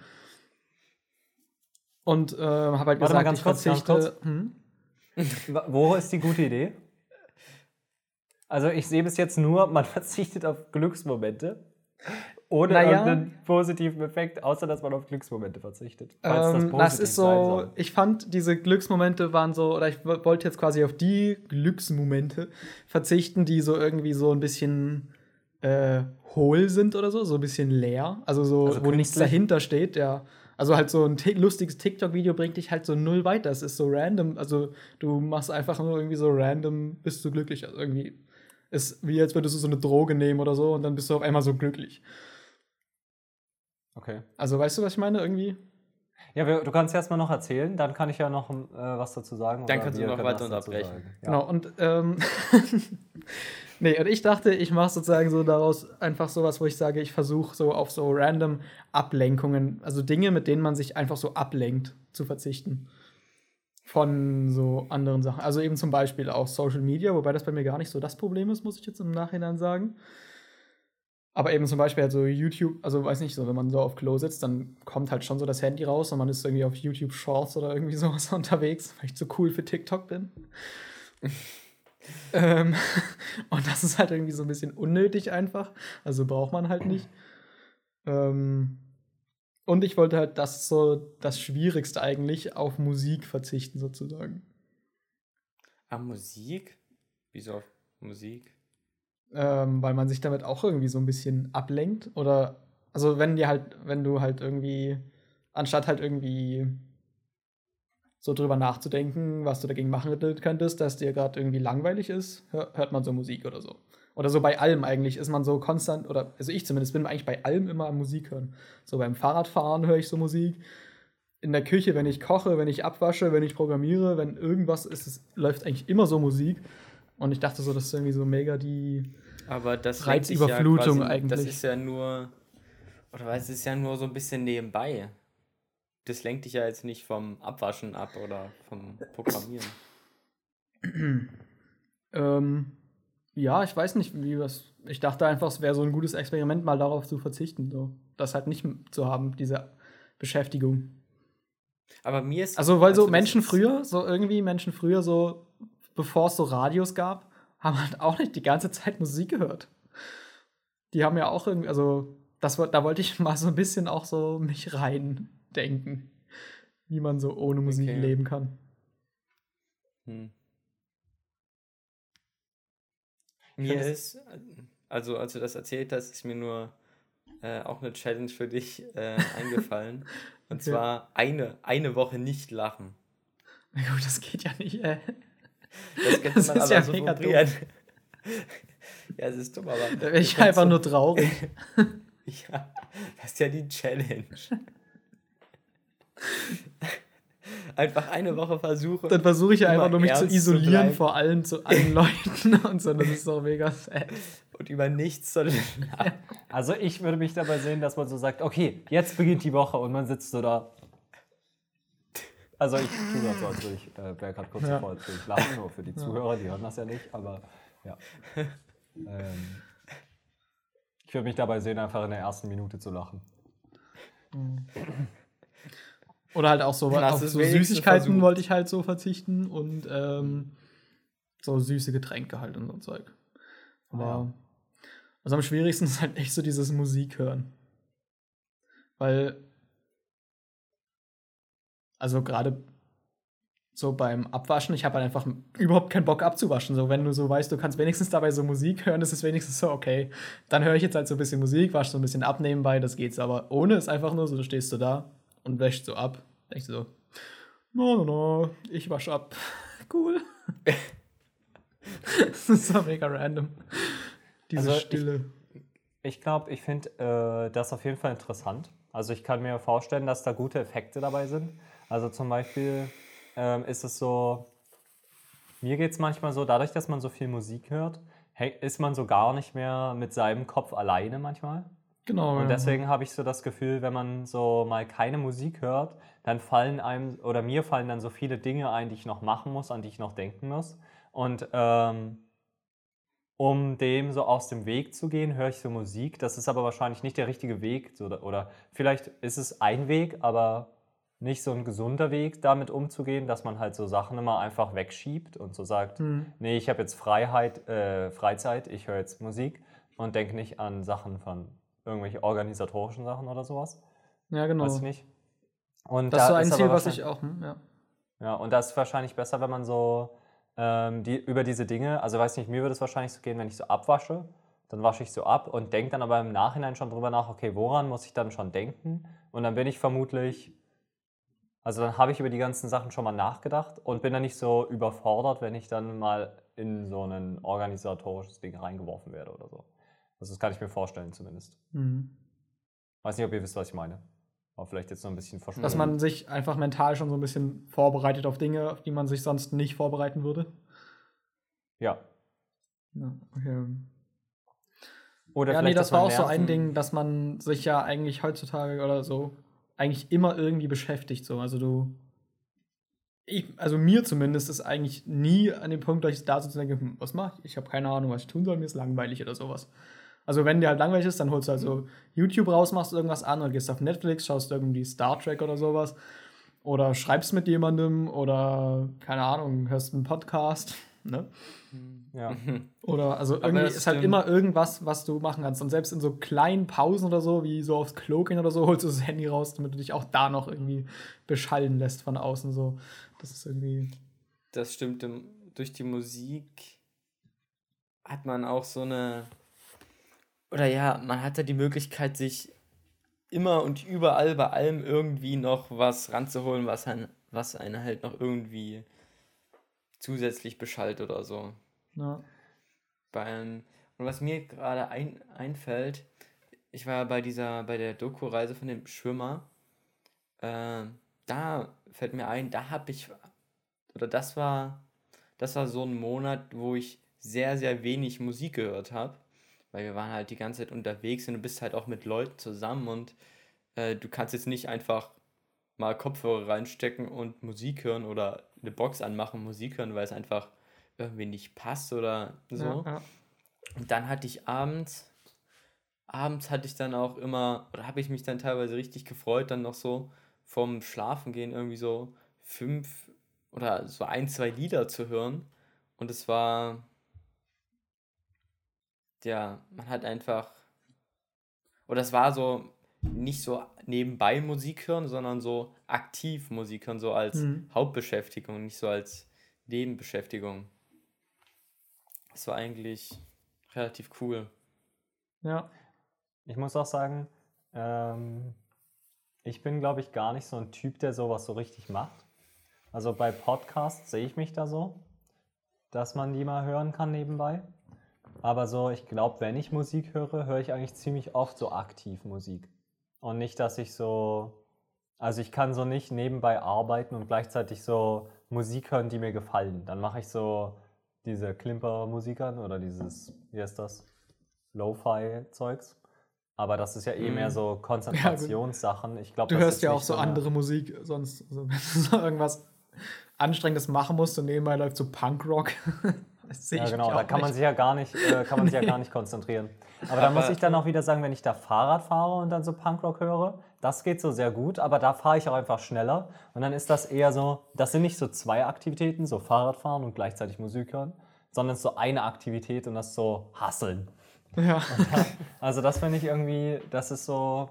Und äh, habe halt Warte mal, gesagt, ganz ich kurz, ganz verzichte. Hm? Wa- Wo ist die gute Idee? Also ich sehe bis jetzt nur, man verzichtet auf Glücksmomente. Ohne Naja. irgendeinen positiven Effekt, außer dass man auf Glücksmomente verzichtet. Falls Ähm, positiv das ist sein so, soll. ich fand, diese Glücksmomente waren so, oder ich w- wollte jetzt quasi auf die Glücksmomente verzichten, die so irgendwie so ein bisschen äh, hohl sind oder so, so ein bisschen leer. Also so, Also wo nichts künstlich? dahinter steht, ja. Also halt so ein ti- lustiges TikTok-Video bringt dich halt so null weiter. Es ist so random. Also du machst einfach nur irgendwie so random, bist du glücklich. Also irgendwie ist wie als würdest du so eine Droge nehmen oder so und dann bist du auf einmal so glücklich. Okay. Also weißt du, was ich meine irgendwie? Ja, wir, du kannst erstmal noch erzählen, dann kann ich ja noch äh, was dazu sagen. Dann oder kannst du wir noch können weiter was dazu unterbrechen. sagen. Ja. Genau, und ähm, nee, und ich dachte, ich mache sozusagen so daraus einfach sowas, wo ich sage, ich versuche so auf so random Ablenkungen, also Dinge, mit denen man sich einfach so ablenkt, zu verzichten. Von so anderen Sachen. Also eben zum Beispiel auch Social Media, wobei das bei mir gar nicht so das Problem ist, muss ich jetzt im Nachhinein sagen. Aber eben zum Beispiel halt so YouTube, also weiß nicht, so wenn man so auf Klo sitzt, dann kommt halt schon so das Handy raus und man ist irgendwie auf YouTube Shorts oder irgendwie sowas unterwegs, weil ich so cool für TikTok bin. ähm, und das ist halt irgendwie so ein bisschen unnötig einfach. Also braucht man halt nicht. Ähm, und ich wollte halt das so das Schwierigste eigentlich auf Musik verzichten, sozusagen. Ah, Musik? Wieso auf Musik? Ähm, weil man sich damit auch irgendwie so ein bisschen ablenkt. Oder, also wenn dir halt, wenn du halt irgendwie, anstatt halt irgendwie so drüber nachzudenken, was du dagegen machen könntest, dass dir gerade irgendwie langweilig ist, hör, hört man so Musik oder so. Oder so bei allem eigentlich ist man so konstant, oder also ich zumindest bin eigentlich bei allem immer am Musik hören. So beim Fahrradfahren höre ich so Musik. In der Küche, wenn ich koche, wenn ich abwasche, wenn ich programmiere, wenn irgendwas ist, es läuft eigentlich immer so Musik. Und ich dachte so, das ist irgendwie so mega die Aber das lenkt dich Reizüberflutung ja quasi, eigentlich. Das ist ja nur, oder was, es ist ja nur so ein bisschen nebenbei. das lenkt dich ja jetzt nicht vom Abwaschen ab oder vom Programmieren. Ähm, ja, ich weiß nicht, wie was. Ich dachte einfach, es wäre so ein gutes Experiment, mal darauf zu verzichten. So. Das halt nicht m- zu haben, diese Beschäftigung. Aber mir ist, Also, weil als so du das Menschen jetzt, früher, so irgendwie Menschen früher, so, bevor es so Radios gab, haben halt auch nicht die ganze Zeit Musik gehört. Die haben ja auch irgendwie, also, das, wo- da wollte ich mal so ein bisschen auch so mich reindenken, wie man so ohne Musik Okay. leben kann. hm. Ich Mir find es- ist, äh, also als du das erzählt hast, ist mir nur äh, auch eine Challenge für dich äh, eingefallen. Und Okay. zwar eine, eine Woche nicht lachen. Na gut, das geht ja nicht, ey. Das könnte Das man ist aber ja so mega probieren. Ja, es ist dumm, aber Da wäre wir ich können einfach so, nur traurig. ja, das ist ja die Challenge. Einfach eine Woche versuchen, Dann versuche ich ja immer einfach nur mich zu ernst zu isolieren bleiben vor allen, zu allen Leuten und so. Das ist doch mega sad. und über nichts zu lachen. Also ich würde mich dabei sehen, dass man so sagt, okay, jetzt beginnt die Woche und man sitzt so da. Also ich tue das so, als würde ich, äh, wäre gerade kurz Ja. davor, als würde ich lachen, nur für die Zuhörer, die hören das ja nicht, aber ja. Ähm, ich würde mich dabei sehen, einfach in der ersten Minute zu lachen. Oder halt auch so Dann hast auf du es so wenigstens Süßigkeiten versucht. wollte ich halt so verzichten und ähm, so süße Getränke halt und so ein Zeug. Aber Ja. also am schwierigsten ist halt echt so dieses Musik hören. Weil, also gerade so beim Abwaschen, ich habe halt einfach überhaupt keinen Bock abzuwaschen. So, wenn du so weißt, du kannst wenigstens dabei so Musik hören, ist es wenigstens so, okay, dann höre ich jetzt halt so ein bisschen Musik, wasche so ein bisschen ab nebenbei, das geht's. Aber ohne ist einfach nur so, du stehst so da und wäschst so ab. Denkst du so, no, no, no, ich wasche ab. Cool. Das ist so mega random. Diese Also ich- Stille. Ich glaube, ich finde äh, das auf jeden Fall interessant. Also ich kann mir vorstellen, dass da gute Effekte dabei sind. Also zum Beispiel ähm, ist es so, mir geht es manchmal so, dadurch, dass man so viel Musik hört, hey, ist man so gar nicht mehr mit seinem Kopf alleine manchmal. Genau. Und ja. deswegen habe ich so das Gefühl, wenn man so mal keine Musik hört, dann fallen einem, oder mir fallen dann so viele Dinge ein, die ich noch machen muss, an die ich noch denken muss. Und ähm, um dem so aus dem Weg zu gehen, höre ich so Musik. Das ist aber wahrscheinlich nicht der richtige Weg. So, oder vielleicht ist es ein Weg, aber nicht so ein gesunder Weg, damit umzugehen, dass man halt so Sachen immer einfach wegschiebt und so sagt, Hm. nee, ich habe jetzt Freiheit, äh, Freizeit, ich höre jetzt Musik und denke nicht an Sachen von irgendwelche organisatorischen Sachen oder sowas. Ja, genau. Weiß ich nicht. Und Das ist so da ein ist Ziel, aber was ich wahrscheinlich- auch, hm, ja. Ja, und das ist wahrscheinlich besser, wenn man so ähm, die, über diese Dinge, also weiß nicht, mir würde es wahrscheinlich so gehen, wenn ich so abwasche, dann wasche ich so ab und denke dann aber im Nachhinein schon drüber nach, okay, woran muss ich dann schon denken? Und dann bin ich vermutlich, also dann habe ich über die ganzen Sachen schon mal nachgedacht und bin dann nicht so überfordert, wenn ich dann mal in so ein organisatorisches Ding reingeworfen werde oder so. Also das kann ich mir vorstellen zumindest. Mhm. Weiß nicht, ob ihr wisst, was ich meine. Aber vielleicht jetzt noch ein bisschen verschwunden. Dass man sich einfach mental schon so ein bisschen vorbereitet auf Dinge, auf die man sich sonst nicht vorbereiten würde. Ja. Ja, okay. Oder Ja, nee, vielleicht, das dass war man auch so lernt, ein Ding, dass man sich ja eigentlich heutzutage oder so eigentlich immer irgendwie beschäftigt. So. Also du. Ich, also mir zumindest ist eigentlich nie an dem Punkt, dass ich da sitze und denke, hm, was mache ich? Ich habe keine Ahnung, was ich tun soll, mir ist langweilig oder sowas. Also wenn dir halt langweilig ist, dann holst du halt so YouTube raus, machst irgendwas an oder gehst auf Netflix, schaust irgendwie Star Trek oder sowas. Oder schreibst mit jemandem oder, keine Ahnung, hörst einen Podcast. Ne? Ja. Oder also Aber irgendwie das ist halt stimmt. immer irgendwas, was du machen kannst. Und selbst in so kleinen Pausen oder so, wie so aufs Klo gehen oder so, holst du das Handy raus, damit du dich auch da noch irgendwie beschallen lässt von außen. So. Das ist irgendwie. Das stimmt. im- Durch die Musik hat man auch so eine. Oder ja, man hat ja die Möglichkeit, sich immer und überall bei allem irgendwie noch was ranzuholen, was einen, was einen halt noch irgendwie zusätzlich beschallt oder so. Ja. Beim, und was mir gerade ein, einfällt, ich war ja bei dieser, bei der Doku-Reise von dem Schwimmer, äh, da fällt mir ein, da habe ich, oder das war, das war so ein Monat, wo ich sehr, sehr wenig Musik gehört habe, weil wir waren halt die ganze Zeit unterwegs und du bist halt auch mit Leuten zusammen und äh, du kannst jetzt nicht einfach mal Kopfhörer reinstecken und Musik hören oder eine Box anmachen, Musik hören, weil es einfach irgendwie nicht passt oder so. Ja, ja. Und dann hatte ich abends, abends hatte ich dann auch immer, oder habe ich mich dann teilweise richtig gefreut, dann noch so vom Schlafengehen irgendwie so fünf oder so ein, zwei Lieder zu hören. Und es war, ja, man hat einfach, oder es war so nicht so nebenbei Musik hören, sondern so aktiv Musik hören, so als Mhm. Hauptbeschäftigung, nicht so als Nebenbeschäftigung. Das war eigentlich relativ cool. Ja. Ich muss auch sagen, ähm, ich bin, glaube ich, gar nicht so ein Typ, der sowas so richtig macht. Also bei Podcasts sehe ich mich da so, dass man die mal hören kann nebenbei. Aber so, ich glaube, wenn ich Musik höre, höre ich eigentlich ziemlich oft so aktiv Musik. Und nicht, dass ich so, also ich kann so nicht nebenbei arbeiten und gleichzeitig so Musik hören, die mir gefallen. Dann mache ich so diese Klimper-Musik an oder dieses, wie heißt das, Lo-Fi-Zeugs. Aber das ist ja eh Mhm. mehr so Konzentrationssachen. Ich glaube, Du das hörst ist ja auch nicht so eine- andere Musik sonst. Also, wenn du so irgendwas Anstrengendes machen musst und nebenbei läuft so Punkrock. Das sehe Ja, ich genau, mich da auch kann man nicht. sich ja gar nicht, äh, kann man sich ja gar nicht konzentrieren. Aber da muss Aber- ich dann auch wieder sagen, wenn ich da Fahrrad fahre und dann so Punkrock höre, das geht so sehr gut, aber da fahre ich auch einfach schneller. Und dann ist das eher so, das sind nicht so zwei Aktivitäten, so Fahrradfahren und gleichzeitig Musik hören, sondern es ist so eine Aktivität und das ist so Hasseln. Ja. Also das finde ich irgendwie, das ist so,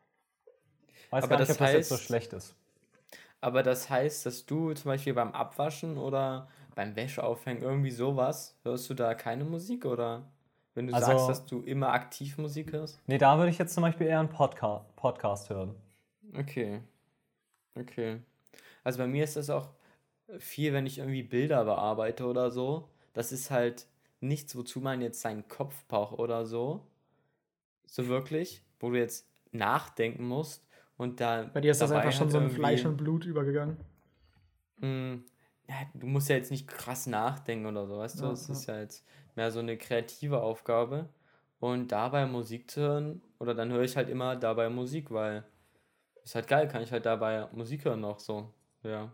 weiß Aber gar nicht, das ob das jetzt so heißt- schlecht ist. Aber das heißt, dass du zum Beispiel beim Abwaschen oder beim Wäscheaufhängen irgendwie sowas, hörst du da keine Musik oder wenn du Also- sagst, dass du immer aktiv Musik hörst? Nee, da würde ich jetzt zum Beispiel eher einen Podca- Podcast hören. Okay. Okay. Also bei mir ist das auch viel, wenn ich irgendwie Bilder bearbeite oder so. Das ist halt nichts, wozu man jetzt seinen Kopf braucht oder so. So wirklich, wo du jetzt nachdenken musst und da Bei dir ist das dabei einfach schon halt so in irgendwie- Fleisch und Blut übergegangen. Mm, ja, du musst ja jetzt nicht krass nachdenken oder so, weißt du? Ja, Es ja. ist ja jetzt mehr so eine kreative Aufgabe. Und dabei Musik zu hören, oder dann höre ich halt immer dabei Musik, weil ist halt geil, kann ich halt dabei Musik hören noch so. Ja.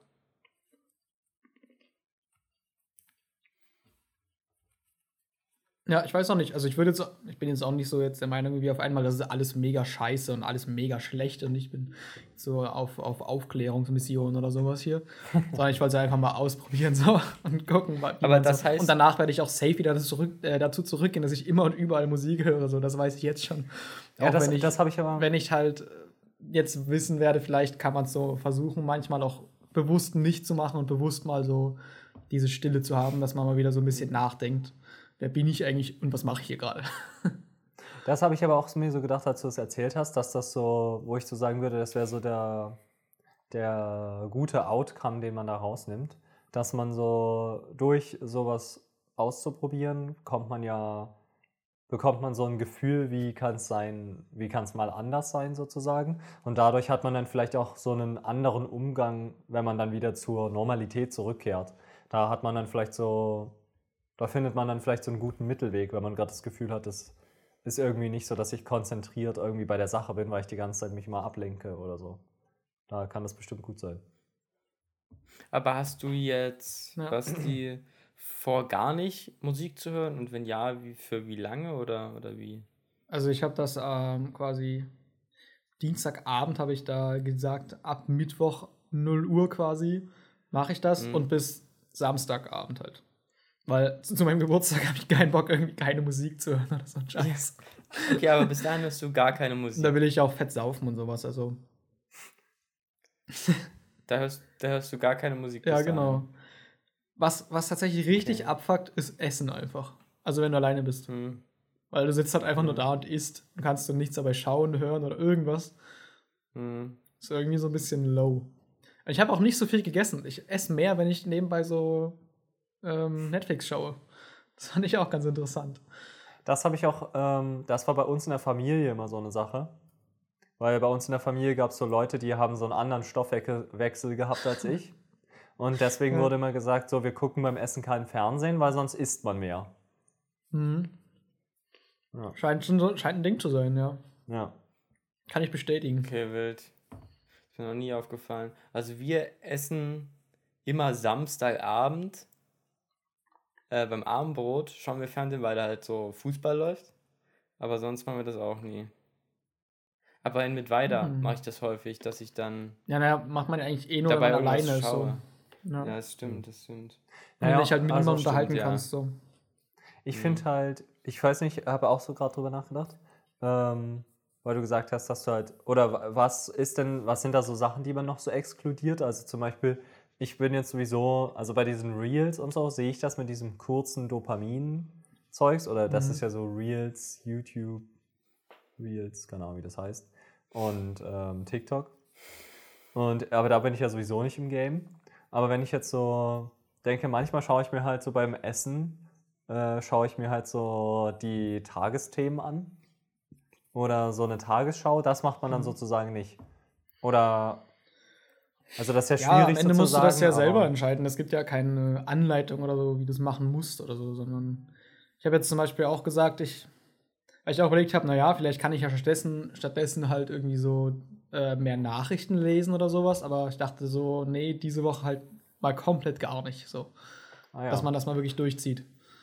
Ja, ich weiß auch nicht. Also ich würde jetzt, ich bin jetzt auch nicht so jetzt der Meinung, wie auf einmal, das ist alles mega scheiße und alles mega schlecht und ich bin so auf, auf Aufklärungsmission oder sowas hier. Sondern ich wollte es einfach mal ausprobieren so und gucken. Wie Aber man das so. heißt- Und danach werde ich auch safe wieder dazu, zurück, äh, dazu zurückgehen, dass ich immer und überall Musik höre. So, das weiß ich jetzt schon. Ja, Auch das, wenn ich, das habe ich aber. wenn ich halt äh, jetzt wissen werde, vielleicht kann man es so versuchen, manchmal auch bewusst nicht zu machen und bewusst mal so diese Stille zu haben, dass man mal wieder so ein bisschen nachdenkt. Wer bin ich eigentlich und was mache ich hier gerade? Das habe ich aber auch mir so gedacht, als du es erzählt hast, dass das so, wo ich so sagen würde, das wäre so der, der gute Outcome, den man da rausnimmt. Dass man so durch sowas auszuprobieren, kommt man ja, bekommt man so ein Gefühl, wie kann es sein, wie kann es mal anders sein sozusagen. Und dadurch hat man dann vielleicht auch so einen anderen Umgang, wenn man dann wieder zur Normalität zurückkehrt. Da hat man dann vielleicht so, da findet man dann vielleicht so einen guten Mittelweg, wenn man gerade das Gefühl hat, es ist irgendwie nicht so, dass ich konzentriert irgendwie bei der Sache bin, weil ich die ganze Zeit mich mal ablenke oder so. Da kann das bestimmt gut sein. Aber hast du jetzt, Ja. Basti, vor gar nicht Musik zu hören? Und wenn ja, wie, für wie lange oder, oder wie? Also ich habe das ähm, quasi Dienstagabend habe ich da gesagt, ab Mittwoch null Uhr quasi mache ich das Mhm. und bis Samstagabend halt. Weil zu, zu meinem Geburtstag habe ich keinen Bock, irgendwie keine Musik zu hören oder so ein Scheiß. Okay, aber bis dahin hörst du gar keine Und Musik. da will ich auch fett saufen und sowas, also Da hörst, da hörst du gar keine Musik. bis ja, dahin. genau. Was, was tatsächlich richtig Okay. abfuckt, ist Essen einfach. Also wenn du alleine bist. Hm. Weil du sitzt halt einfach nur Mhm. da und isst. Dann kannst du nichts dabei schauen, hören oder irgendwas. Hm. Ist irgendwie so ein bisschen low. Ich habe auch nicht so viel gegessen. Ich esse mehr, wenn ich nebenbei so ähm, Netflix schaue. Das fand ich auch ganz interessant. Das habe ich auch, ähm, das war bei uns in der Familie immer so eine Sache. Weil bei uns in der Familie gab es so Leute, die haben so einen anderen Stoffwechsel gehabt als ich. Und deswegen Ja. wurde immer gesagt, so wir gucken beim Essen kein Fernsehen, weil sonst isst man mehr. Mhm. Ja. Scheint, schon so, scheint ein Ding zu sein, ja. Ja. Kann ich bestätigen. Okay, wild. Ist mir noch nie aufgefallen. Also wir essen immer Samstagabend äh, beim Abendbrot, schauen wir Fernsehen, weil da halt so Fußball läuft. Aber sonst machen wir das auch nie. Aber in Mittweida Hm. mache ich das häufig, dass ich dann Ja, naja, macht man ja eigentlich eh nur, dabei wenn man irgendwas alleine ist. So. schaue. Ja. Ja, das stimmt, das stimmt. Wenn du dich halt mit also niemandem unterhalten stimmt, ja. kannst. So. Ich Mhm. finde halt, ich weiß nicht, ich habe auch so gerade drüber nachgedacht, ähm, weil du gesagt hast, dass du halt, oder wa- was ist denn, was sind da so Sachen, die man noch so exkludiert? Also zum Beispiel, ich bin jetzt sowieso, also bei diesen Reels und so, sehe ich das mit diesem kurzen Dopamin-Zeugs, oder das Mhm. ist ja so Reels, YouTube, Reels, keine Ahnung, wie das heißt, und ähm, TikTok. Und, aber da bin ich ja sowieso nicht im Game. Aber wenn ich jetzt so denke, manchmal schaue ich mir halt so beim Essen, äh, schaue ich mir halt so die Tagesthemen an. Oder so eine Tagesschau, das macht man dann Mhm. sozusagen nicht. Oder, also das ist ja Ja, schwierig am Ende musst du sozusagen. das ja selber aber- entscheiden. Es gibt ja keine Anleitung oder so, wie du es machen musst oder so, sondern ich habe jetzt zum Beispiel auch gesagt, ich, weil ich auch überlegt habe, naja, vielleicht kann ich ja stattdessen, stattdessen halt irgendwie so äh, mehr Nachrichten lesen oder sowas, aber ich dachte so, nee, diese Woche halt mal komplett gar nicht, so, Ah, ja. dass man das mal wirklich durchzieht.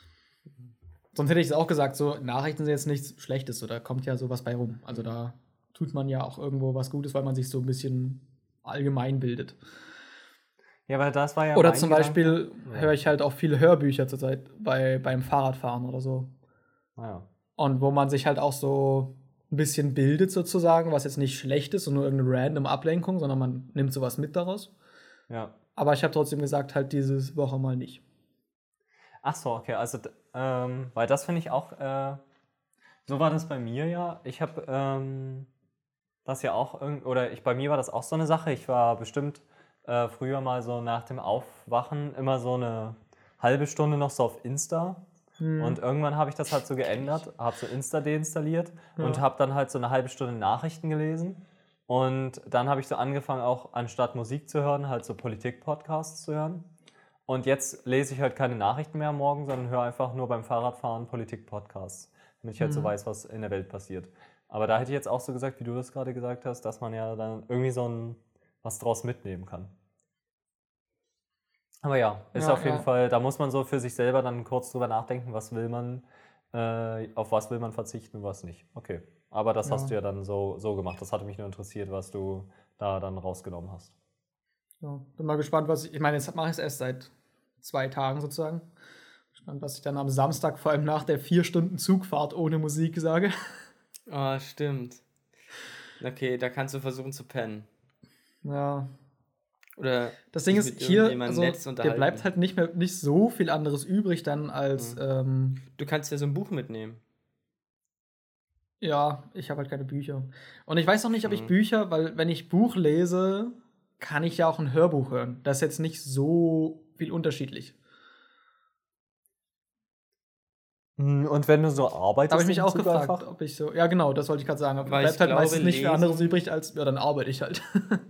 Sonst hätte ich es auch gesagt, so Nachrichten sind jetzt nichts Schlechtes, so, da kommt ja sowas bei rum. Also da tut man ja auch irgendwo was Gutes, weil man sich so ein bisschen allgemein bildet. Ja, weil das war ja Oder mein zum Gedanke. Beispiel Ja. höre ich halt auch viele Hörbücher zurzeit bei, beim Fahrradfahren oder so. Ah, ja. Und wo man sich halt auch so ein bisschen bildet sozusagen, was jetzt nicht schlecht ist und nur irgendeine random Ablenkung, sondern man nimmt sowas mit daraus. Ja. Aber ich habe trotzdem gesagt, halt diese Woche mal nicht. Ach so, okay, also, d- ähm, weil das finde ich auch, äh, so war das bei mir ja. Ich habe ähm, das ja auch, irgend oder ich, bei mir war das auch so eine Sache. Ich war bestimmt äh, früher mal so nach dem Aufwachen immer so eine halbe Stunde noch so auf Insta. Und irgendwann habe ich das halt so geändert, habe so Insta deinstalliert und Ja. habe dann halt so eine halbe Stunde Nachrichten gelesen. Und dann habe ich so angefangen, auch anstatt Musik zu hören, halt so Politik-Podcasts zu hören. Und jetzt lese ich halt keine Nachrichten mehr am Morgen, sondern höre einfach nur beim Fahrradfahren Politik-Podcasts, damit ich halt so Mhm. weiß, was in der Welt passiert. Aber da hätte ich jetzt auch so gesagt, wie du das gerade gesagt hast, dass man ja dann irgendwie so ein, was draus mitnehmen kann. Aber ja, ist Ja, auf jeden ja. Fall, da muss man so für sich selber dann kurz drüber nachdenken, was will man, äh, auf was will man verzichten und was nicht. Okay, aber das Ja. hast du ja dann so, so gemacht. Das hatte mich nur interessiert, was du da dann rausgenommen hast. Ja, bin mal gespannt, was ich. Ich meine, jetzt mache ich es erst seit zwei Tagen sozusagen. Gespannt, was ich dann am Samstag, vor allem nach der vier Stunden Zugfahrt ohne Musik sage. Oh, stimmt. Okay, da kannst du versuchen zu pennen. Ja. Oder Das Ding dich ist, mit hier, irgendjemandem also, nett dir unterhalten. bleibt halt nicht mehr nicht so viel anderes übrig dann als, Mhm. ähm, Du kannst ja so ein Buch mitnehmen. ja, ich habe halt keine Bücher. Und ich weiß noch nicht, ob ich Mhm. Bücher, weil wenn ich Buch lese, kann ich ja auch ein Hörbuch hören. Das ist jetzt nicht so viel unterschiedlich. Und wenn du so Da arbeitest, habe ich mich im auch Zug gefragt, einfach? ob ich so. Ja, genau, das wollte ich gerade sagen. Da Weil bleibt ich halt glaube, meistens nicht viel anderes lesen- übrig, als ja, dann arbeite ich halt.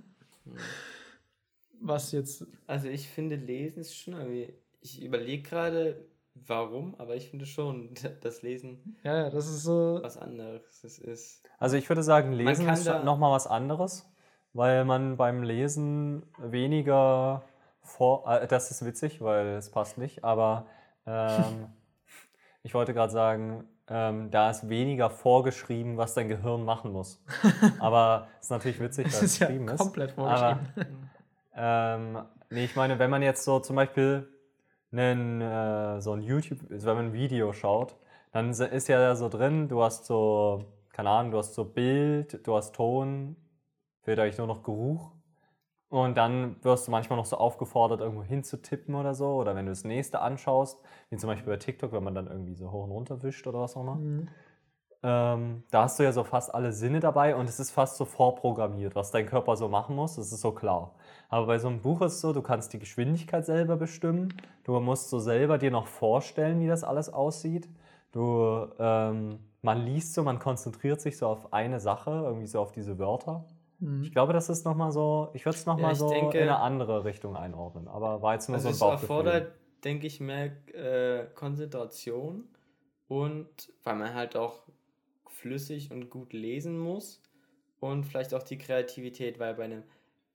Was jetzt. Also ich finde, Lesen ist schon irgendwie. Ich überlege gerade, warum, aber ich finde schon, dass Lesen Ja, ja, das ist so. was anderes ist. Also ich würde sagen, Lesen kann ist da- nochmal was anderes, weil man beim Lesen weniger vor... Äh, das ist witzig, weil es passt nicht, aber ähm, ich wollte gerade sagen, ähm, da ist weniger vorgeschrieben, was dein Gehirn machen muss. Aber es ist natürlich witzig, Das weil es ist ja geschrieben ist. komplett Aber, vorgeschrieben. ähm, nee, ich meine, wenn man jetzt so zum Beispiel einen, äh, so ein YouTube, also wenn man ein Video schaut, dann se- ist ja so drin, du hast so, keine Ahnung, du hast so Bild, du hast Ton, fehlt eigentlich nur noch Geruch. Und dann wirst du manchmal noch so aufgefordert, irgendwo hinzutippen oder so. Oder wenn du das nächste anschaust, wie zum Beispiel bei TikTok, wenn man dann irgendwie so hoch und runter wischt oder was auch immer. Mhm. Ähm, da hast du ja so fast alle Sinne dabei und es ist fast so vorprogrammiert, was dein Körper so machen muss, das ist so klar. Aber bei so einem Buch ist es so, du kannst die Geschwindigkeit selber bestimmen, du musst so selber dir noch vorstellen, wie das alles aussieht. Du, ähm, man liest so, man konzentriert sich so auf eine Sache, irgendwie so auf diese Wörter. Mhm. Ich glaube, das ist nochmal so, ich würde es nochmal Ja, ich so denke- in eine andere Richtung einordnen, aber war jetzt nur Also es so ein Bauchgefühl. erfordert, denke ich, mehr äh, Konzentration und weil man halt auch flüssig und gut lesen muss und vielleicht auch die Kreativität, weil bei einem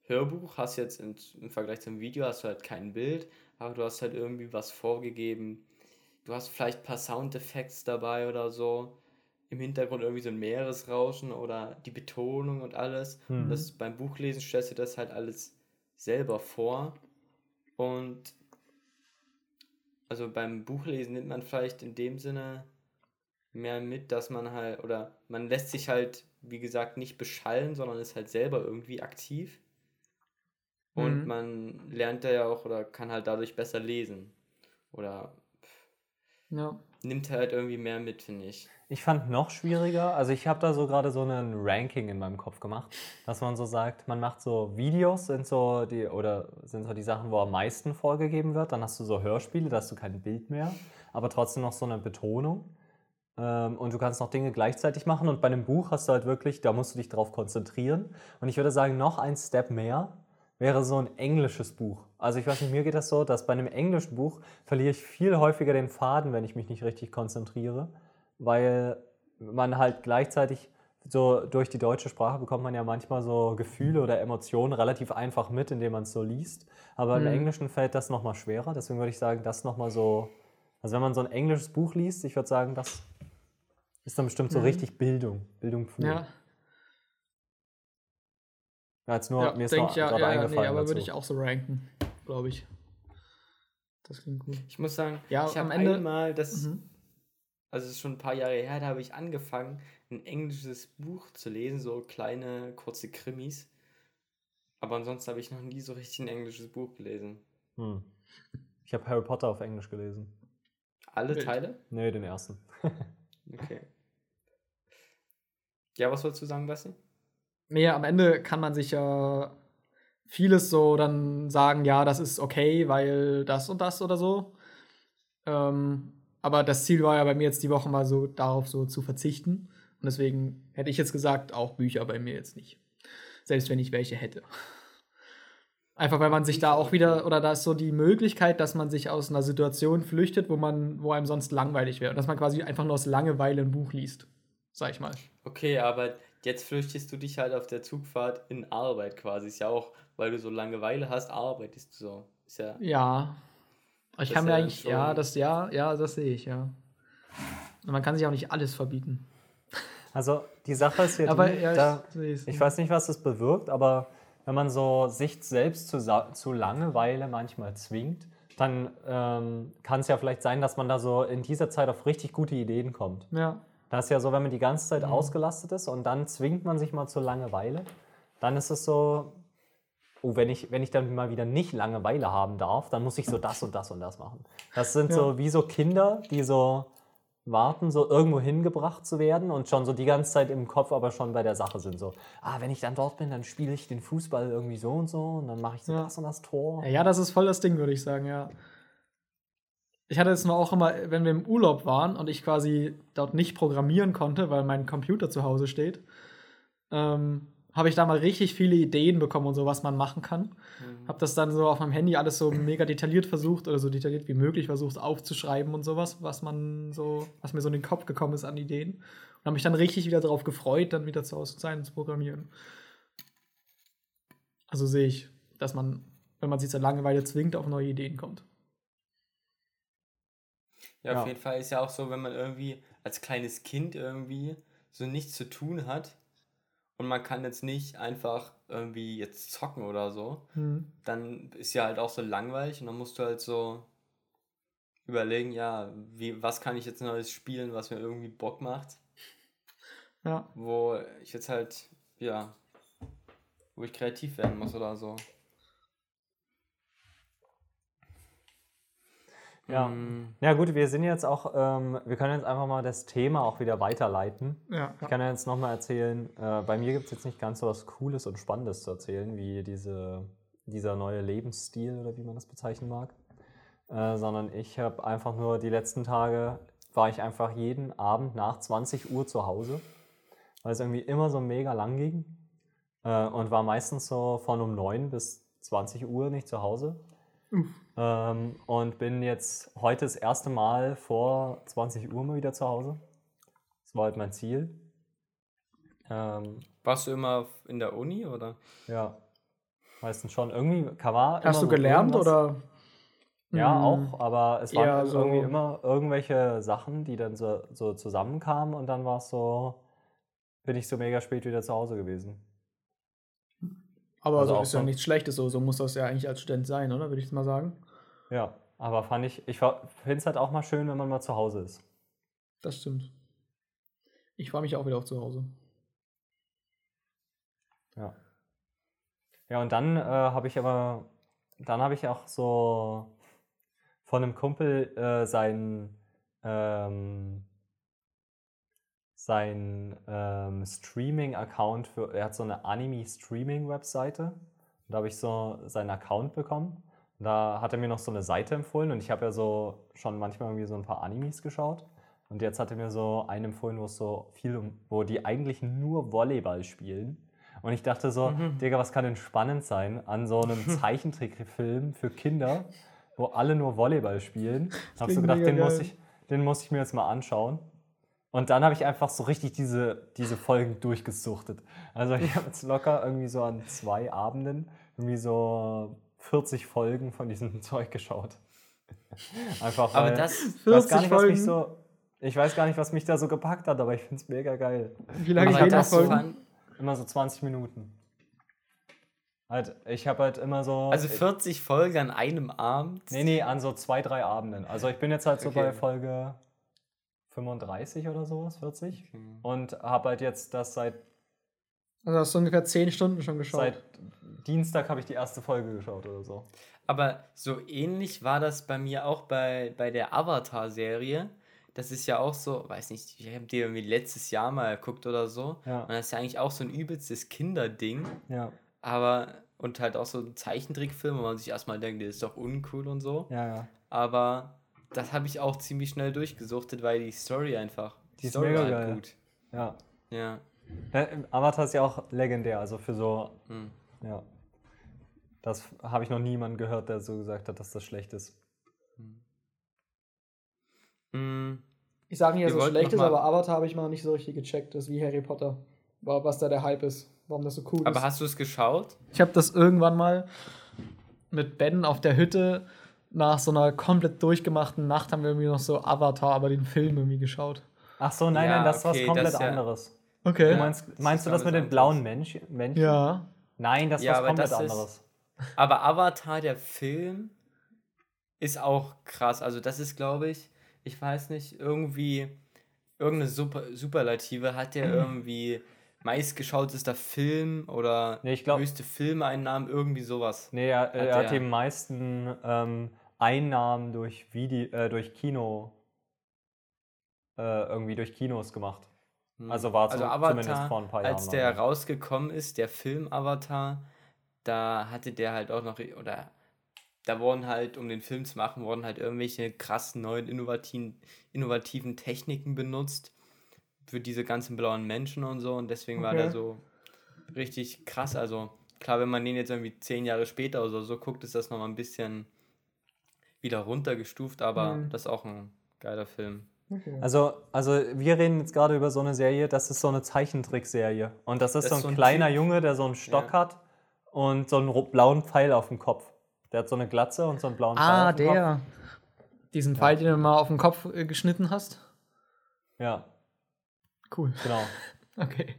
Hörbuch hast du jetzt in, im Vergleich zum Video hast du halt kein Bild, aber du hast halt irgendwie was vorgegeben. Du hast vielleicht ein paar Soundeffekte dabei oder so. Im Hintergrund irgendwie so ein Meeresrauschen oder die Betonung und alles. Und Hm. das beim Buchlesen stellst du das halt alles selber vor. Und also beim Buchlesen nimmt man vielleicht in dem Sinne mehr mit, dass man halt, oder man lässt sich halt, wie gesagt, nicht beschallen, sondern ist halt selber irgendwie aktiv. Und Mhm. man lernt da ja auch oder kann halt dadurch besser lesen. Oder Ja. nimmt halt irgendwie mehr mit, finde ich. Ich fand noch schwieriger, also ich habe da so gerade so ein Ranking in meinem Kopf gemacht, dass man so sagt, man macht so Videos, sind so die, oder sind so die Sachen, wo am meisten vorgegeben wird. Dann hast du so Hörspiele, da hast du kein Bild mehr, aber trotzdem noch so eine Betonung. Ähm, und du kannst noch Dinge gleichzeitig machen. Und bei einem Buch hast du halt wirklich, da musst du dich drauf konzentrieren. Und ich würde sagen, noch ein Step mehr wäre so ein englisches Buch. Also ich weiß nicht, mir geht das so, dass bei einem englischen Buch verliere ich viel häufiger den Faden, wenn ich mich nicht richtig konzentriere, weil man halt gleichzeitig so durch die deutsche Sprache bekommt man ja manchmal so Gefühle oder Emotionen relativ einfach mit, indem man es so liest. Aber im Mhm. Englischen fällt das nochmal schwerer. Deswegen würde ich sagen, das nochmal so, also wenn man so ein englisches Buch liest, ich würde sagen, das ist dann bestimmt so Mhm. richtig Bildung, Bildung pur. Ja, Ja, jetzt nur, ja mir ist denke nur ich, ja, gerade ja, ja, nee, eingefallen aber dazu. würde ich auch so ranken, glaube ich. Das klingt gut. Ich muss sagen, Ja, ich am habe Ende- einmal das, Mhm. also es ist schon ein paar Jahre her, da habe ich angefangen, ein englisches Buch zu lesen, so kleine, kurze Krimis. Aber ansonsten habe ich noch nie so richtig ein englisches Buch gelesen. Hm. Ich habe Harry Potter auf Englisch gelesen. Alle Wild. Teile? Nee, den ersten. Okay. Ja, was wolltest du sagen, Basti? Nee, am Ende kann man sich ja vieles so dann sagen, ja, das ist okay, weil das und das oder so. Ähm, aber das Ziel war ja bei mir jetzt die Woche mal so darauf so zu verzichten. Und deswegen hätte ich jetzt gesagt, auch Bücher bei mir jetzt nicht. Selbst wenn ich welche hätte. Einfach weil man sich da Bücher, auch wieder, okay. oder da ist so die Möglichkeit, dass man sich aus einer Situation flüchtet, wo man, wo einem sonst langweilig wäre. Und dass man quasi einfach nur aus Langeweile ein Buch liest. Sag ich mal. Okay, aber jetzt flüchtest du dich halt auf der Zugfahrt in Arbeit quasi. Ist ja auch, weil du so Langeweile hast, arbeitest du so. Ist ja, Ja. Aber ich Das kann ist mir ja dann eigentlich, ja, schon- das, ja, ja, das sehe ich, ja. Und man kann sich auch nicht alles verbieten. Also die Sache ist ja Aber die, ja, da, ich sehe es. ich weiß nicht, was das bewirkt, aber wenn man so sich selbst zu, Sa- zu Langeweile manchmal zwingt, dann ähm, kann es ja vielleicht sein, dass man da so in dieser Zeit auf richtig gute Ideen kommt. Ja. Das ist ja so, wenn man die ganze Zeit ausgelastet ist und dann zwingt man sich mal zur Langeweile, dann ist es so, oh, wenn ich, wenn ich dann mal wieder nicht Langeweile haben darf, dann muss ich so das und das und das machen. Das sind Ja. so wie so Kinder, die so warten, so irgendwo hingebracht zu werden und schon so die ganze Zeit im Kopf aber schon bei der Sache sind. So, ah, wenn ich dann dort bin, dann spiele ich den Fußball irgendwie so und so und dann mache ich so Ja. das und das Tor. Ja, das ist voll das Ding, würde ich sagen, ja. Ich hatte es nur auch immer, wenn wir im Urlaub waren und ich quasi dort nicht programmieren konnte, weil mein Computer zu Hause steht, ähm, habe ich da mal richtig viele Ideen bekommen und so, was man machen kann. Mhm. Habe das dann so auf meinem Handy alles so mega detailliert versucht oder so detailliert wie möglich versucht aufzuschreiben und sowas, was man so, was mir so in den Kopf gekommen ist an Ideen. Und habe mich dann richtig wieder darauf gefreut, dann wieder zu Hause zu sein und zu programmieren. Also sehe ich, dass man, wenn man sich zur Langeweile zwingt, auf neue Ideen kommt. Ja, Ja. auf jeden Fall ist ja auch so, wenn man irgendwie als kleines Kind irgendwie so nichts zu tun hat und man kann jetzt nicht einfach irgendwie jetzt zocken oder so, Hm. dann ist ja halt auch so langweilig und dann musst du halt so überlegen, ja, wie, was kann ich jetzt Neues spielen, was mir irgendwie Bock macht, Ja. wo ich jetzt halt, ja, wo ich kreativ werden muss oder so. Ja. Mm, Ja gut, wir sind jetzt auch, ähm, wir können jetzt einfach mal das Thema auch wieder weiterleiten. Ja. Ich kann ja jetzt nochmal erzählen, äh, bei mir gibt es jetzt nicht ganz so was Cooles und Spannendes zu erzählen, wie diese, dieser neue Lebensstil oder wie man das bezeichnen mag. Äh, sondern ich habe einfach nur die letzten Tage, war ich einfach jeden Abend nach zwanzig Uhr zu Hause, weil es irgendwie immer so mega lang ging äh, und war meistens so von um neun bis zwanzig Uhr nicht zu Hause. Ähm, und bin jetzt heute das erste Mal vor zwanzig Uhr mal wieder zu Hause. Das war halt mein Ziel. Ähm, warst du immer in der Uni oder? ja. Meistens schon. Irgendwie war Hast immer du so gelernt irgendwas. oder? Ja, Hm, auch, aber es eher waren so- irgendwie immer irgendwelche Sachen, die dann so, so zusammenkamen und dann war es so, bin ich so mega spät wieder zu Hause gewesen. Aber Also so auch ist ja so- nichts Schlechtes, so, so muss das ja eigentlich als Student sein, oder? Würde ich mal sagen. Ja, aber fand ich, ich finde es halt auch mal schön, wenn man mal zu Hause ist. Das stimmt. Ich freue mich auch wieder auf zu Hause. Ja. Ja, und dann äh, habe ich aber, dann habe ich auch so von einem Kumpel äh, sein, ähm, sein ähm, Streaming-Account für, er hat so eine Anime-Streaming-Webseite. Da habe ich so seinen Account bekommen. Da hat er mir noch so eine Seite empfohlen und ich habe ja so schon manchmal irgendwie so ein paar Animes geschaut. Und jetzt hat er mir so einen empfohlen, wo es so viel um, wo die eigentlich nur Volleyball spielen. Und ich dachte so, Mhm. Digga, was kann denn spannend sein an so einem Zeichentrickfilm für Kinder, wo alle nur Volleyball spielen? Da habe ich so klingt gedacht, mega den muss, geil. ich, den muss ich mir jetzt mal anschauen. Und dann habe ich einfach so richtig diese, diese Folgen durchgesuchtet. Also ich habe jetzt locker irgendwie so an zwei Abenden irgendwie so vierzig Folgen von diesem Zeug geschaut. Einfach weil Aber das, ich weiß gar vierzig nicht, was mich Folgen? so, ich weiß gar nicht, was mich da so gepackt hat, aber ich finde es mega geil. Wie lange Aber aber gehen die das Folgen? fand, Immer so zwanzig Minuten. Halt, ich habe halt immer so. also vierzig Folgen an einem Abend. Nee, nee, an so zwei, drei Abenden. Also ich bin jetzt halt so Okay. bei Folge fünfunddreißig oder sowas, vierzig. Okay. Und habe halt jetzt das seit, Also hast du ungefähr zehn Stunden schon geschaut. seit Dienstag habe ich die erste Folge geschaut oder so. Aber so ähnlich war das bei mir auch bei, bei der Avatar-Serie. Das ist ja auch so, weiß nicht, ich habe die irgendwie letztes Jahr mal geguckt oder so. Ja. Und das ist ja eigentlich auch so ein übelstes Kinderding. Ja, Aber, und halt auch so ein Zeichentrickfilm, wo man sich erstmal denkt, der ist doch uncool und so. ja, ja. Aber das habe ich auch ziemlich schnell durchgesuchtet, weil die Story einfach, Die ist Story mega war geil. halt gut. Ja. Ja. Äh, Avatar ist ja auch legendär, also für so, Hm. ja. Das habe ich noch niemanden gehört, der so gesagt hat, dass das schlecht ist. Hm. Ich sage nicht, dass Wir es wollten schlecht noch ist, mal- aber Avatar habe ich mal nicht so richtig gecheckt. Das ist wie Harry Potter. Wa- Was da der Hype ist. Warum das so cool Aber ist. hast du es geschaut? Ich habe das irgendwann mal mit Ben auf der Hütte nach so einer komplett durchgemachten Nacht haben wir irgendwie noch so Avatar, aber den Film irgendwie geschaut. Ach so, nein, Ja, nein, das ist okay, was komplett das ist ja- anderes. Okay. Du meinst, meinst du das mit den blauen Männchen? Männchen? Ja. Nein, das ist Ja, was aber komplett das ist- anderes. Aber Avatar, der Film, ist auch krass. Also das ist, glaube ich, ich weiß nicht, irgendwie, irgendeine Super Superlative hat der irgendwie meistgeschautester Film oder Nee, ich glaub- höchste Filmeinnahmen, irgendwie sowas. Nee, er, er Hat hat der- die meisten ähm, Einnahmen durch, Video, äh, durch Kino, äh, irgendwie durch Kinos gemacht. Hm. Also war also zu- Avatar, zumindest vor ein paar Jahren als noch, der ja. rausgekommen ist, der Film Avatar, da hatte der halt auch noch, oder da wurden halt, um den Film zu machen, wurden halt irgendwelche krassen neuen innovativen, innovativen Techniken benutzt für diese ganzen blauen Menschen und so, und deswegen war Okay. der so richtig krass. Also klar, wenn man den jetzt irgendwie zehn Jahre später oder so guckt, ist das nochmal ein bisschen wieder runtergestuft, aber Hm. das ist auch ein geiler Film. Okay. Also, also wir reden jetzt gerade über so eine Serie, das ist so eine Zeichentrickserie. Und das ist Das so ist ein, so ein kleiner Typ- Junge, der so einen Stock Ja. hat und so einen ro- blauen Pfeil auf dem Kopf. Der hat so eine Glatze und so einen blauen Pfeil Ah, auf dem Kopf. der. Diesen Pfeil, den du mal auf den Kopf äh, geschnitten hast. Ja, Cool. genau. Okay.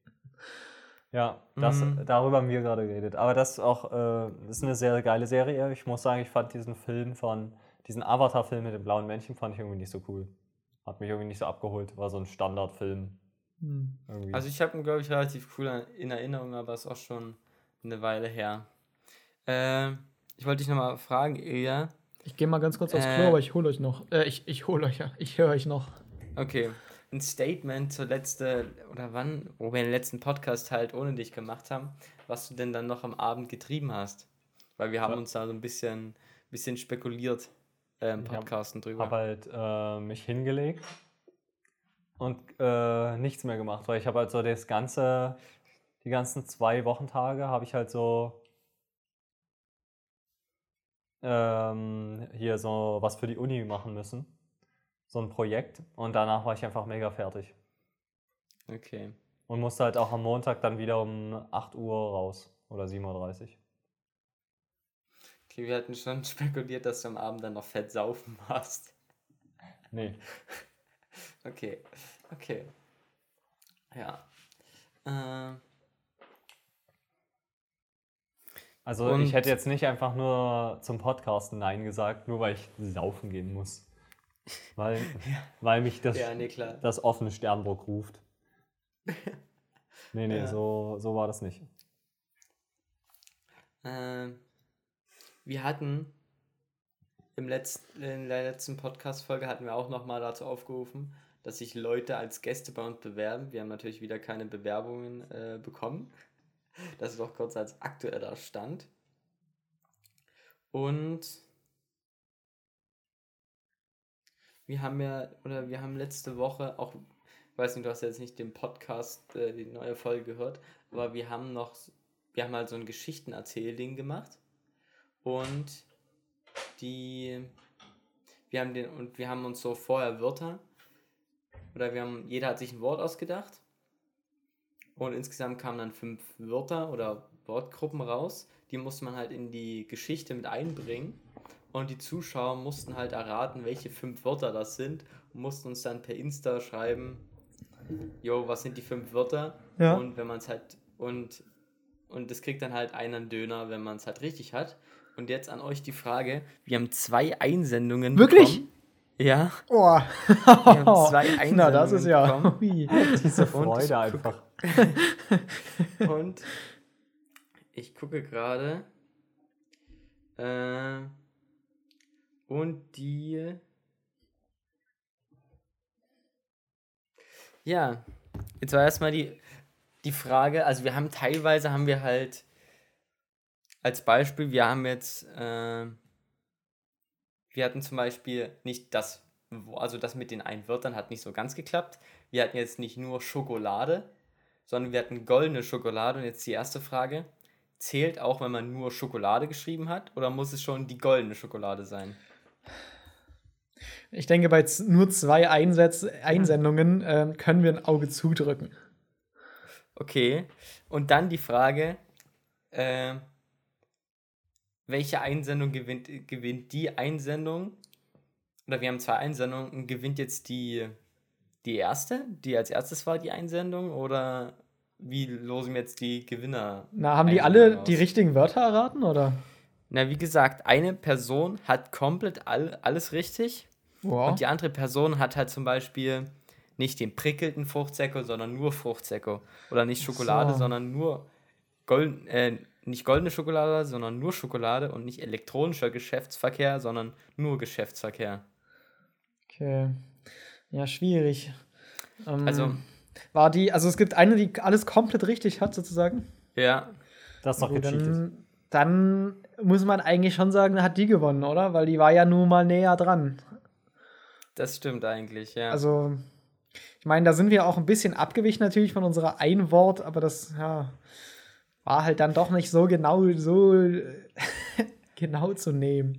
Ja, das, Mhm. darüber haben wir gerade geredet. Aber das ist auch äh, das ist eine sehr geile Serie. Ich muss sagen, ich fand diesen Film von, diesen Avatar-Film mit dem blauen Männchen, fand ich irgendwie nicht so cool. Hat mich irgendwie nicht so abgeholt. War so ein Standardfilm. Hm. Also Irgendwie. ich habe ihn, glaube ich, relativ cool an- in Erinnerung, aber ist auch schon eine Weile her. Äh, ich wollte dich nochmal fragen, Ilja. Ich gehe mal ganz kurz aufs Äh. Klo, aber ich hole euch noch. Äh, ich ich hole euch ja. Ich höre euch noch. Okay, ein Statement zur letzten, oder wann, wo wir den letzten Podcast halt ohne dich gemacht haben, was du denn dann noch am Abend getrieben hast. Weil wir haben Ja. uns da so ein bisschen, bisschen spekuliert äh, im Ich hab- Podcasten drüber. habe halt äh, mich hingelegt und äh, nichts mehr gemacht, weil ich habe halt so das ganze, die ganzen zwei Wochentage habe ich halt so ähm, hier so was für die Uni machen müssen. So ein Projekt und danach war ich einfach mega fertig. Okay. Und musste halt auch am Montag dann wieder um acht Uhr raus oder sieben Uhr dreißig. Okay, wir hatten schon spekuliert, dass du am Abend dann noch fett saufen warst. Nee. Okay, okay. Ja. Äh, Also Und- ich hätte jetzt nicht einfach nur zum Podcasten Nein gesagt, nur weil ich saufen gehen muss. Weil, weil mich das, ja, nee, klar. das offene Sternburg ruft. Nee, nee, Ja. so, so war das nicht. Äh, wir hatten im letzten, in der letzten Podcast-Folge hatten wir auch nochmal dazu aufgerufen, dass sich Leute als Gäste bei uns bewerben. Wir haben natürlich wieder keine Bewerbungen äh, bekommen. Das ist doch kurz als aktueller Stand. Und wir haben ja, oder wir haben letzte Woche auch, ich weiß nicht, du hast jetzt nicht den Podcast, äh, die neue Folge gehört, aber wir haben noch, wir haben halt so ein Geschichtenerzähl-Ding gemacht. Und die, wir haben den, und wir haben uns so vorher Wörter, oder wir haben, jeder hat sich ein Wort ausgedacht. Und insgesamt kamen dann fünf Wörter oder Wortgruppen raus. Die musste man halt in die Geschichte mit einbringen. Und die Zuschauer mussten halt erraten, welche fünf Wörter das sind. Und mussten uns dann per Insta schreiben, jo, was sind die fünf Wörter? Ja. Und wenn man es halt, und, und das kriegt dann halt einer einen Döner, wenn man es halt richtig hat. Und jetzt an euch die Frage, wir haben zwei Einsendungen Wirklich? bekommen. Ja, Oh. wir haben zwei Einsendungen Na, das ist ja. bekommen. Ui. Diese Und Freude ich einfach. Und ich gucke gerade. Äh, und die. Ja, jetzt war erstmal die, die Frage. Also, wir haben teilweise haben wir halt. Als Beispiel, wir haben jetzt. Äh, wir hatten zum Beispiel nicht das. Also, das mit den Einwörtern hat nicht so ganz geklappt. Wir hatten jetzt nicht nur Schokolade, sondern wir hatten goldene Schokolade. Und jetzt die erste Frage: Zählt auch, wenn man nur Schokolade geschrieben hat, oder muss es schon die goldene Schokolade sein? Ich denke, bei z- nur zwei Einsätz Einsendungen ähm, können wir ein Auge zudrücken. Okay. Und dann die Frage: äh, Welche Einsendung gewinnt, gewinnt die Einsendung? Oder wir haben zwei Einsendungen. Und gewinnt jetzt die, die erste, die als erstes war, die Einsendung? Oder wie losen wir jetzt die Gewinner? Na, haben die Einsendungen alle aus? die richtigen Wörter erraten, oder? Na, wie gesagt, eine Person hat komplett all, alles richtig. Wow. Und die andere Person hat halt zum Beispiel nicht den prickelnden Fruchtsäcko, sondern nur Fruchtsäcko. Oder nicht Schokolade, so. sondern nur Gold, äh, nicht goldene Schokolade, sondern nur Schokolade und nicht elektronischer Geschäftsverkehr, sondern nur Geschäftsverkehr. Okay. Ja, schwierig. Ähm, Also- War die, also es gibt eine, die alles komplett richtig hat, sozusagen. Ja, Das ist doch Gut, gecheatet. dann, dann muss man eigentlich schon sagen, hat die gewonnen, oder? Weil die war ja nun mal näher dran. das stimmt eigentlich, ja. Also, ich meine, da sind wir auch ein bisschen abgewichen natürlich von unserer Einwort, aber das, ja, war halt dann doch nicht so genau, so genau zu nehmen.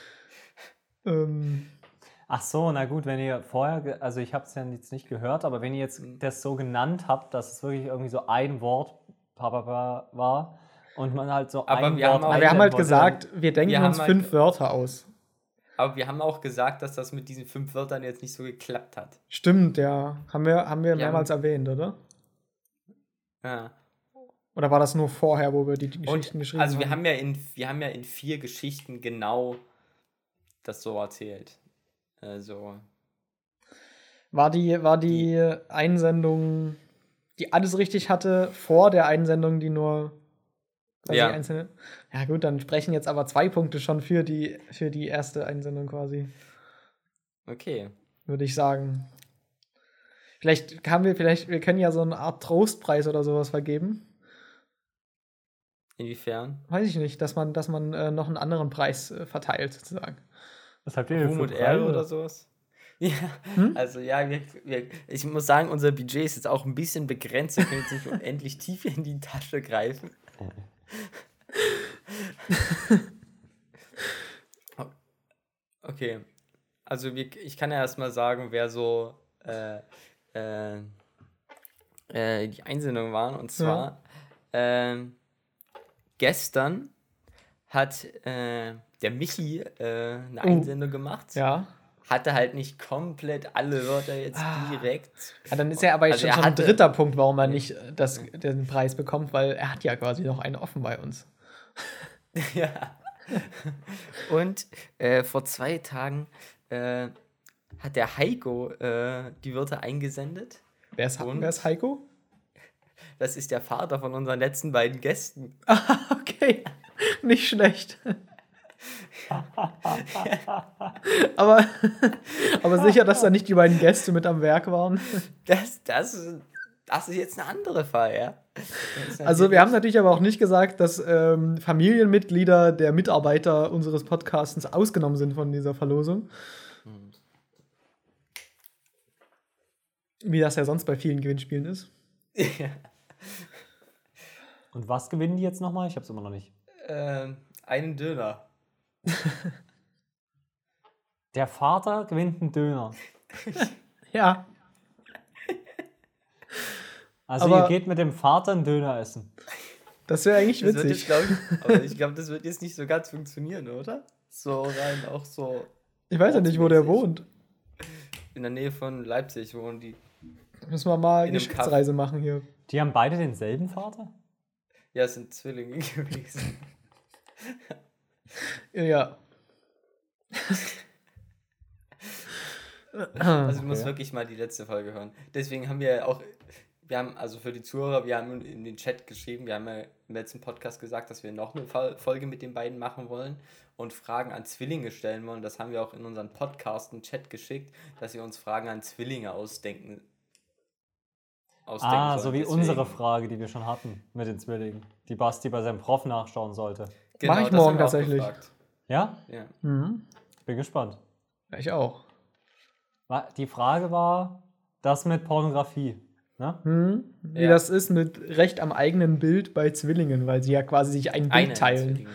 Ähm, Ach so, na gut, wenn ihr vorher, ge- also ich habe es ja jetzt nicht gehört, aber wenn ihr jetzt das so genannt habt, dass es wirklich irgendwie so ein Wort pa, pa, pa, war und man halt so Aber ein wir Wort haben auch- aber wir haben halt einblenden wollte, gesagt, wir denken wir uns haben halt- fünf Wörter aus. Aber wir haben auch gesagt, dass das mit diesen fünf Wörtern jetzt nicht so geklappt hat. Stimmt, ja. Haben wir, haben wir Ja. mehrmals erwähnt, oder? Ja. Oder war das nur vorher, wo wir die, die Geschichten Und, geschrieben also haben? wir haben ja in wir haben ja in vier Geschichten genau das so erzählt. Also, War die, war die Einsendung, die alles richtig hatte, vor der Einsendung, die nur quasi Ja. einzelne. Ja, gut, dann sprechen jetzt aber zwei Punkte schon für die, für die erste Einsendung quasi, okay. würde ich sagen. Vielleicht haben wir, vielleicht, wir können ja so eine Art Trostpreis oder sowas vergeben. Inwiefern? Weiß ich nicht, dass man, dass man äh, noch einen anderen Preis äh, verteilt, sozusagen. Was habt ihr denn Ruhm für und Ehre Preise? oder sowas? Ja, Hm? also ja, wir, wir, ich muss sagen, unser Budget ist jetzt auch ein bisschen begrenzt. Wir können jetzt nicht unendlich tief in die Tasche greifen. Okay, also wir, ich kann ja erstmal sagen, wer so äh, äh, äh, die Einsendungen waren. Und zwar ähm, gestern hat äh, der Michi äh, eine Oh. Einsendung gemacht. Ja. Hatte halt nicht komplett alle Wörter jetzt direkt. Ja, dann ist ja aber Also schon, er schon ein hatte- dritter Punkt, warum er nicht äh, das, den Preis bekommt, weil er hat ja quasi noch einen offen bei uns. Ja. Und äh, vor zwei Tagen äh, hat der Heiko äh, die Wörter eingesendet. Wer ist, Und? wer ist Heiko? Das ist der Vater von unseren letzten beiden Gästen. Okay, nicht schlecht. aber, aber sicher, dass da nicht die beiden Gäste mit am Werk waren. Das, das, ist- das ist jetzt eine andere Fall, ja. Das ist Also wir haben natürlich aber auch nicht gesagt, dass ähm, Familienmitglieder der Mitarbeiter unseres Podcastens ausgenommen sind von dieser Verlosung. Wie das ja sonst bei vielen Gewinnspielen ist. Ja. Und was gewinnen die jetzt nochmal? Ich hab's immer noch nicht. Ähm, einen Döner. Der Vater gewinnt einen Döner. Ja, Also Aber- ihr geht mit dem Vater einen Döner essen. das wäre eigentlich Das wird jetzt, witzig. glaub ich, aber ich glaube, das wird jetzt nicht so ganz funktionieren, oder? So rein, auch so Ich weiß ja nicht, wo der ortsmäßig. wohnt. in der Nähe von Leipzig wohnen die. Müssen wir mal In einem Geschäftsreise machen hier. Die haben beide denselben Vater? Ja, es sind Zwillinge gewesen. Ja. Also du musst Okay. wirklich mal die letzte Folge hören. Deswegen haben wir ja auch, wir haben, also für die Zuhörer, wir haben in den Chat geschrieben, wir haben ja im letzten Podcast gesagt, dass wir noch eine Fol- Folge mit den beiden machen wollen und Fragen an Zwillinge stellen wollen. Das haben wir auch in unseren Podcast einen Chat geschickt, dass wir uns Fragen an Zwillinge ausdenken. ausdenken Ah, sollen. so wie Deswegen- unsere Frage, die wir schon hatten mit den Zwillingen. Die Basti bei seinem Prof nachschauen sollte. Genau, Mach ich das morgen haben wir auch tatsächlich. gefragt. Ja? Ja. Mhm. Bin gespannt. Ja, ich auch. Wa- Die Frage war, das mit Pornografie. Ne? Hm? Wie Ja. das ist mit Recht am eigenen Bild bei Zwillingen, weil sie ja quasi sich ein Bild Eine teilen. Zwillinge.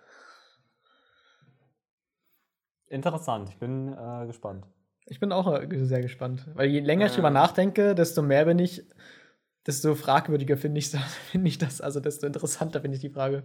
Interessant, ich bin äh, gespannt. Ich bin auch äh, sehr gespannt. Weil je länger ich Ah. drüber nachdenke, desto mehr bin ich, desto fragwürdiger finde ich, find ich das, also desto interessanter finde ich die Frage.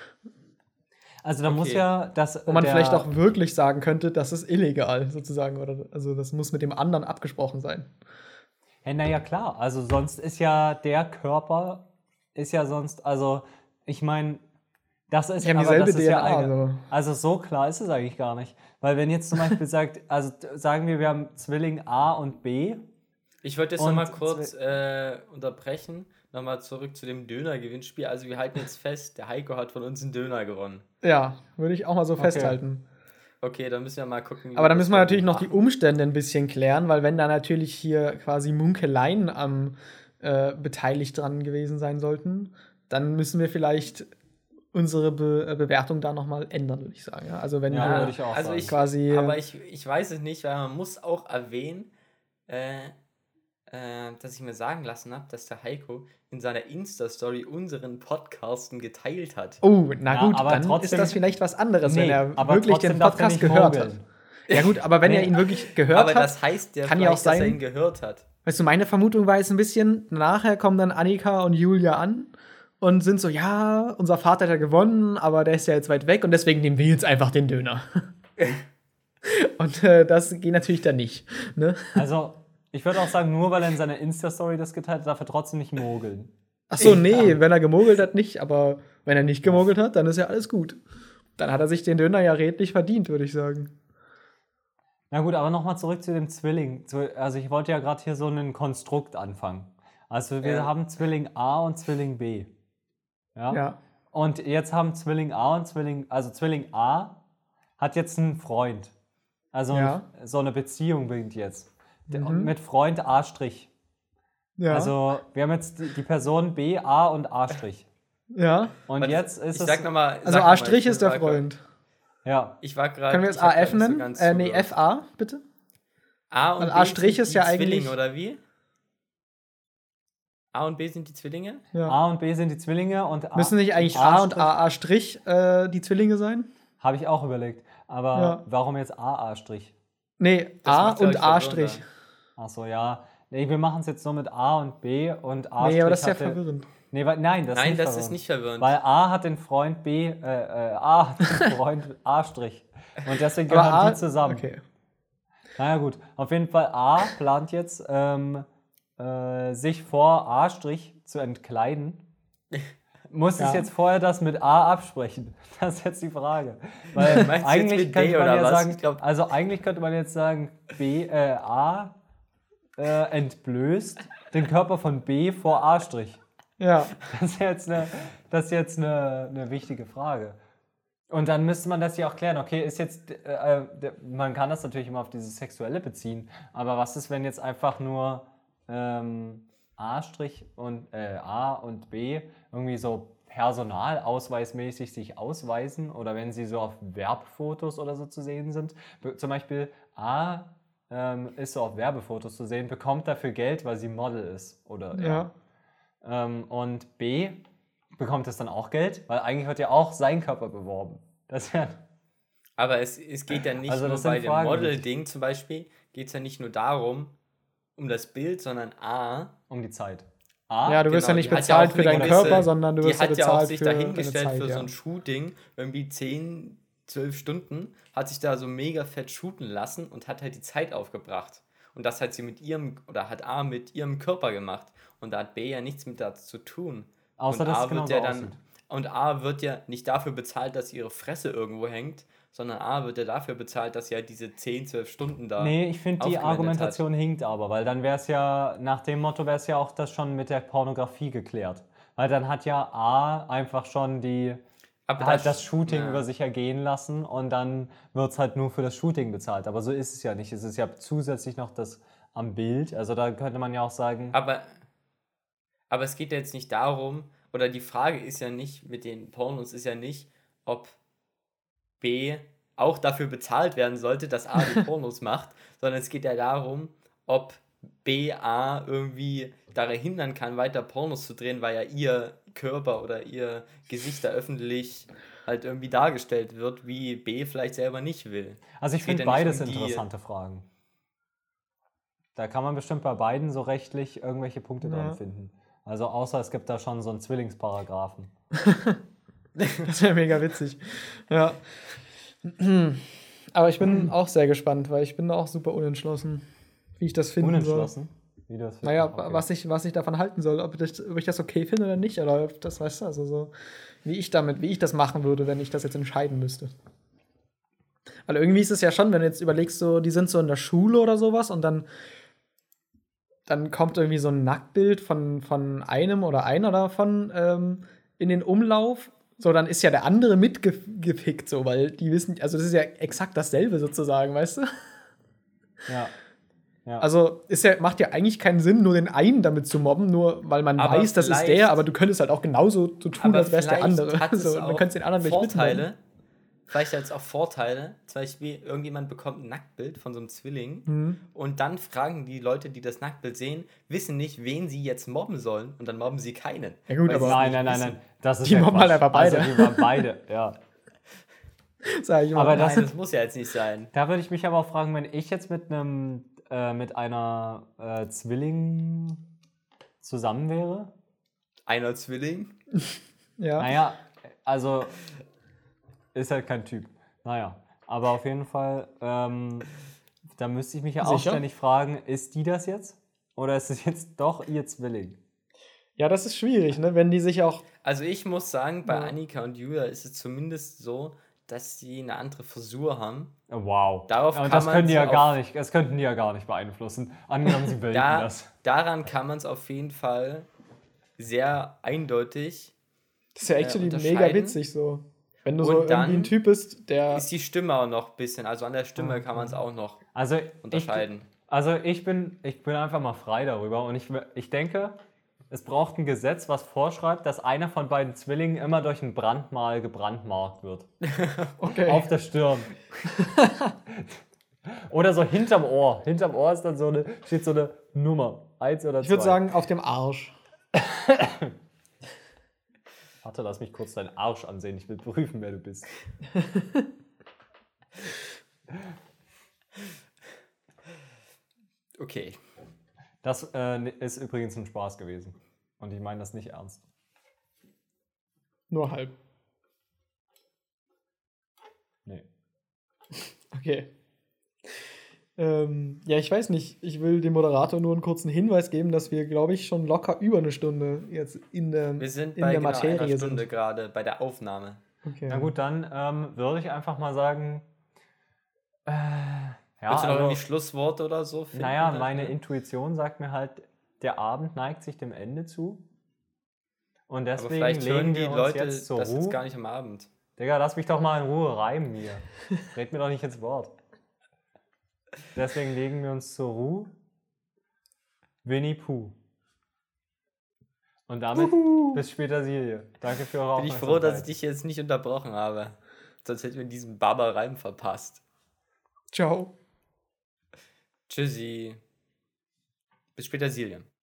Also da muss Okay. ja das. Wo man der, vielleicht auch wirklich sagen könnte, das ist illegal, sozusagen. Oder also das muss mit dem anderen abgesprochen sein. Ja, naja, klar. Also sonst ist ja der Körper, ist ja sonst, also ich meine, das ist Die haben aber dieselbe das ist D N A. ja allge- also. Also so klar ist es eigentlich gar nicht. Weil wenn jetzt zum Beispiel sagt, also t- sagen wir, wir haben Zwilling A und B. Ich wollte jetzt Und nochmal kurz äh, unterbrechen. Nochmal zurück zu dem Döner-Gewinnspiel. Also wir halten jetzt fest, der Heiko hat von uns einen Döner gewonnen. Ja, würde ich auch mal so Okay. festhalten. Okay, dann müssen wir mal gucken. wie Aber da das müssen wir natürlich noch die machen. Umstände ein bisschen klären, weil wenn da natürlich hier quasi Munkeleien am äh, beteiligt dran gewesen sein sollten, dann müssen wir vielleicht unsere Be äh, Bewertung da nochmal ändern, würde ich sagen. Ja? Also wenn Ja, wir würde ich auch also sagen. ich, quasi. aber ich, ich weiß es nicht, weil man muss auch erwähnen, äh, äh, dass ich mir sagen lassen habe, dass der Heiko in seiner Insta-Story unseren Podcasten geteilt hat. Oh, na Ja, gut, aber dann trotzdem- ist das vielleicht was anderes, wenn Nee, er aber wirklich trotzdem den darf er Podcast nicht gehört mogeln. hat. Ja gut, aber wenn er Nee. ihn wirklich gehört Aber hat, das heißt ja kann ja auch vielleicht, dass er sein- ihn gehört hat. weißt du, meine Vermutung war jetzt ein bisschen, nachher kommen dann Annika und Julia an und sind so, ja, unser Vater hat ja gewonnen, aber der ist ja jetzt weit weg und deswegen nehmen wir jetzt einfach den Döner. Und äh, das geht natürlich dann nicht. Ne? Also ich würde auch sagen, nur weil er in seiner Insta-Story das geteilt hat, darf er trotzdem nicht mogeln. Ach so, Ich- nee, wenn er gemogelt hat, nicht, aber wenn er nicht gemogelt hat, dann ist ja alles gut. Dann hat er sich den Döner ja redlich verdient, würde ich sagen. Na gut, aber nochmal zurück zu dem Zwilling. Zu- Also ich wollte ja gerade hier so ein Konstrukt anfangen. Also wir Ja. haben Zwilling A und Zwilling B. Ja? Ja. Und jetzt haben Zwilling A und Zwilling, also Zwilling A hat jetzt einen Freund. Also Ja. so eine Beziehung beginnt jetzt. Der- Mhm. Und mit Freund A'. Ja. Also wir haben jetzt die, die Person B, A und A'. ja. Und Warte, jetzt ist ich es. sag nochmal. Also A' ist der Freund. Ja. Ich war gerade. Können wir jetzt ich hab A F grad nicht so nennen? ganz Äh, nee, zugehört. F A, bitte? A und Weil B A' sind ist die ja eigentlich- Zwillinge, oder wie? A und B sind die Zwillinge? Ja. A und B sind die Zwillinge und A. Müssen nicht eigentlich A und A A' äh, die Zwillinge sein? Habe ich auch überlegt. Aber Ja. warum jetzt A A'? Nee, Das A macht, glaub und ich, A'. verwirrender. Achso, ja. Nee, wir machen es jetzt so mit A und B und A'. Nee, aber das ist ja hatte- verwirrend. Nee, weil, nein, das Nein, ist nicht das verwirrend. ist nicht verwirrend. Weil A hat den Freund B, äh, äh, A hat den Freund A'. Und deswegen Aber gehören A- die zusammen. Okay. Naja gut, auf jeden Fall A plant jetzt, ähm, äh, sich vor A' zu entkleiden. Muss Ja. es jetzt vorher das mit A absprechen? Das ist jetzt die Frage. Weil Meinst du jetzt eigentlich mit könnte B man oder ja was? sagen, Ich glaub- also eigentlich könnte man jetzt sagen, B, äh, A äh, entblößt den Körper von B vor A'. Ja. Das ist jetzt eine, das ist jetzt eine, eine wichtige Frage. Und dann müsste man das ja auch klären. Okay, ist jetzt, äh, der, man kann das natürlich immer auf dieses Sexuelle beziehen, aber was ist, wenn jetzt einfach nur ähm, A' und äh, A und B irgendwie so personalausweismäßig sich ausweisen oder wenn sie so auf Werbfotos oder so zu sehen sind. Be- Zum Beispiel A ähm, ist so auf Werbefotos zu sehen, bekommt dafür Geld, weil sie Model ist oder Ja. ähm, und B bekommt es dann auch Geld, weil eigentlich wird ja auch sein Körper beworben. Das ist ja, Aber es, es geht ja nicht Also nur das sind bei dem Fragen, Model-Ding zum Beispiel, geht es ja nicht nur darum, um das Bild, sondern A, um die Zeit. A, Ja, du wirst genau, ja nicht die hat ja bezahlt auch für eine deinen gewisse- Körper, sondern du die wirst ja hat ja auch bezahlt sich für deine dahingestellt Zeit. für so Ja. ein Shooting, irgendwie zehn, zwölf Stunden, hat sich da so mega fett shooten lassen und hat halt die Zeit aufgebracht. Und das hat sie mit ihrem, oder hat A mit ihrem Körper gemacht. Und da hat B ja nichts mit dazu zu tun. Außer, und dass A es genau wird so ja dann aussieht. Und A wird ja nicht dafür bezahlt, dass ihre Fresse irgendwo hängt, sondern A wird ja dafür bezahlt, dass sie halt diese zehn, zwölf Stunden da. Nee, ich finde die aufgewendet Argumentation hinkt aber, weil dann wäre es ja, nach dem Motto wäre es ja auch das schon mit der Pornografie geklärt. Weil dann hat ja A einfach schon die, Aber halt das Shooting ja. über sich ergehen lassen und dann wird es halt nur für das Shooting bezahlt. Aber so ist es ja nicht. Es ist ja zusätzlich noch das am Bild. Also da könnte man ja auch sagen, Aber, aber es geht ja jetzt nicht darum, oder die Frage ist ja nicht mit den Pornos, ist ja nicht, ob B auch dafür bezahlt werden sollte, dass A die Pornos macht, sondern es geht ja darum, ob B A irgendwie daran hindern kann, weiter Pornos zu drehen, weil ja ihr Körper oder ihr Gesicht da öffentlich halt irgendwie dargestellt wird, wie B vielleicht selber nicht will. also ich Es geht finde ja nicht beides um die- interessante Fragen. Da kann man bestimmt bei beiden so rechtlich irgendwelche Punkte Ja. dran finden. Also außer es gibt da schon so einen Zwillingsparagraphen. Das wäre mega witzig. Ja. Aber ich bin auch sehr gespannt, weil ich bin auch super unentschlossen, wie ich das finden soll. Unentschlossen? Wie du das findest? Naja, Okay. was, ich, was ich davon halten soll, ob, das, ob ich das okay finde oder nicht, oder ob das, weißt du, also so, wie ich damit, wie ich das machen würde, wenn ich das jetzt entscheiden müsste. Weil irgendwie ist es ja schon, wenn du jetzt überlegst, so, die sind so in der Schule oder sowas und dann, dann kommt irgendwie so ein Nacktbild von, von einem oder einer davon ähm, in den Umlauf. So, dann ist ja der andere mitgefickt, so, weil die wissen, also das ist ja exakt dasselbe sozusagen, weißt du? Ja. Ja. Also ist ja, macht ja eigentlich keinen Sinn, nur den einen damit zu mobben, nur weil man Aber weiß, das ist vielleicht- der, aber du könntest halt auch genauso so tun, Aber als wäre es der vielleicht andere. hat es So, auch du könntest den anderen gleich mitmobben. Vorteile. Vielleicht hat es auch Vorteile. Zum Beispiel, irgendjemand bekommt ein Nacktbild von so einem Zwilling Mhm. und dann fragen die Leute, die das Nacktbild sehen, wissen nicht, wen sie jetzt mobben sollen und dann mobben sie keinen. Ja gut, Weil aber- sie es Nein, nicht nein, nein, wissen. nein. Das ist Die ja mobben Quatsch. halt einfach beide. Also die waren beide, ja. Sag ich mal. Aber das Nein, sind- das muss ja jetzt nicht sein. Da würde ich mich aber auch fragen, wenn ich jetzt mit einem äh, mit einer äh, Zwilling zusammen wäre. Einer Zwilling. ja. Naja, also ist halt kein Typ. Naja, aber auf jeden Fall, ähm, da müsste ich mich ja auch Sicher? ständig fragen, ist die das jetzt? Oder ist es jetzt doch ihr Zwilling? ja, das ist schwierig, ne? Wenn die sich auch. Also ich muss sagen, bei Ja. Annika und Julia ist es zumindest so, dass sie eine andere Frisur haben. Oh, wow. Darauf Und kann das man können die sie ja auf- gar nicht, das könnten die ja gar nicht beeinflussen. Angenommen, sie bilden Da, das. daran kann man es auf jeden Fall sehr eindeutig. Das ist ja Äh, actually mega unterscheiden. witzig so. Wenn du Und so irgendwie dann ein Typ bist, der. Ist die Stimme auch noch ein bisschen, also an der Stimme kann man es auch noch Also ich, unterscheiden. also ich bin, ich bin einfach mal frei darüber und ich, ich denke, es braucht ein Gesetz, was vorschreibt, dass einer von beiden Zwillingen immer durch ein Brandmal gebrandmarkt wird. Okay. Auf der Stirn. Oder so hinterm Ohr. Hinterm Ohr ist dann so eine, steht so eine Nummer. Eins oder zwei. ich würde sagen, auf dem Arsch. Warte, lass mich kurz deinen Arsch ansehen. Ich will prüfen, wer du bist. Okay. Das äh, ist übrigens ein Spaß gewesen. Und ich meine das nicht ernst. Nur halb. Nee. Okay. Ähm, ja, ich weiß nicht. Ich will dem Moderator nur einen kurzen Hinweis geben, dass wir, glaube ich, schon locker über eine Stunde jetzt in der, Wir sind in bei der genau Materie einer Stunde sind. gerade bei der Aufnahme. Okay. Na gut, dann ähm, würde ich einfach mal sagen, äh, ja, Willst du noch also, irgendwie Schlussworte oder so finden? naja, dafür? meine Intuition sagt mir halt, der Abend neigt sich dem Ende zu. Und Aber deswegen vielleicht hören legen die wir uns Leute jetzt zur das jetzt Ruhe. gar nicht am Abend. Digga, lass mich doch mal in Ruhe reimen hier. Red mir doch nicht ins Wort. Deswegen legen wir uns zur Ruhe. Winnie Pooh. Und damit bis später, Silje. Danke für eure Bin ich Aufmerksamkeit. froh, dass ich dich jetzt nicht unterbrochen habe. Sonst hätten wir diesen Barbar-Reim verpasst. Ciao. Tschüssi. Bis später, Silje.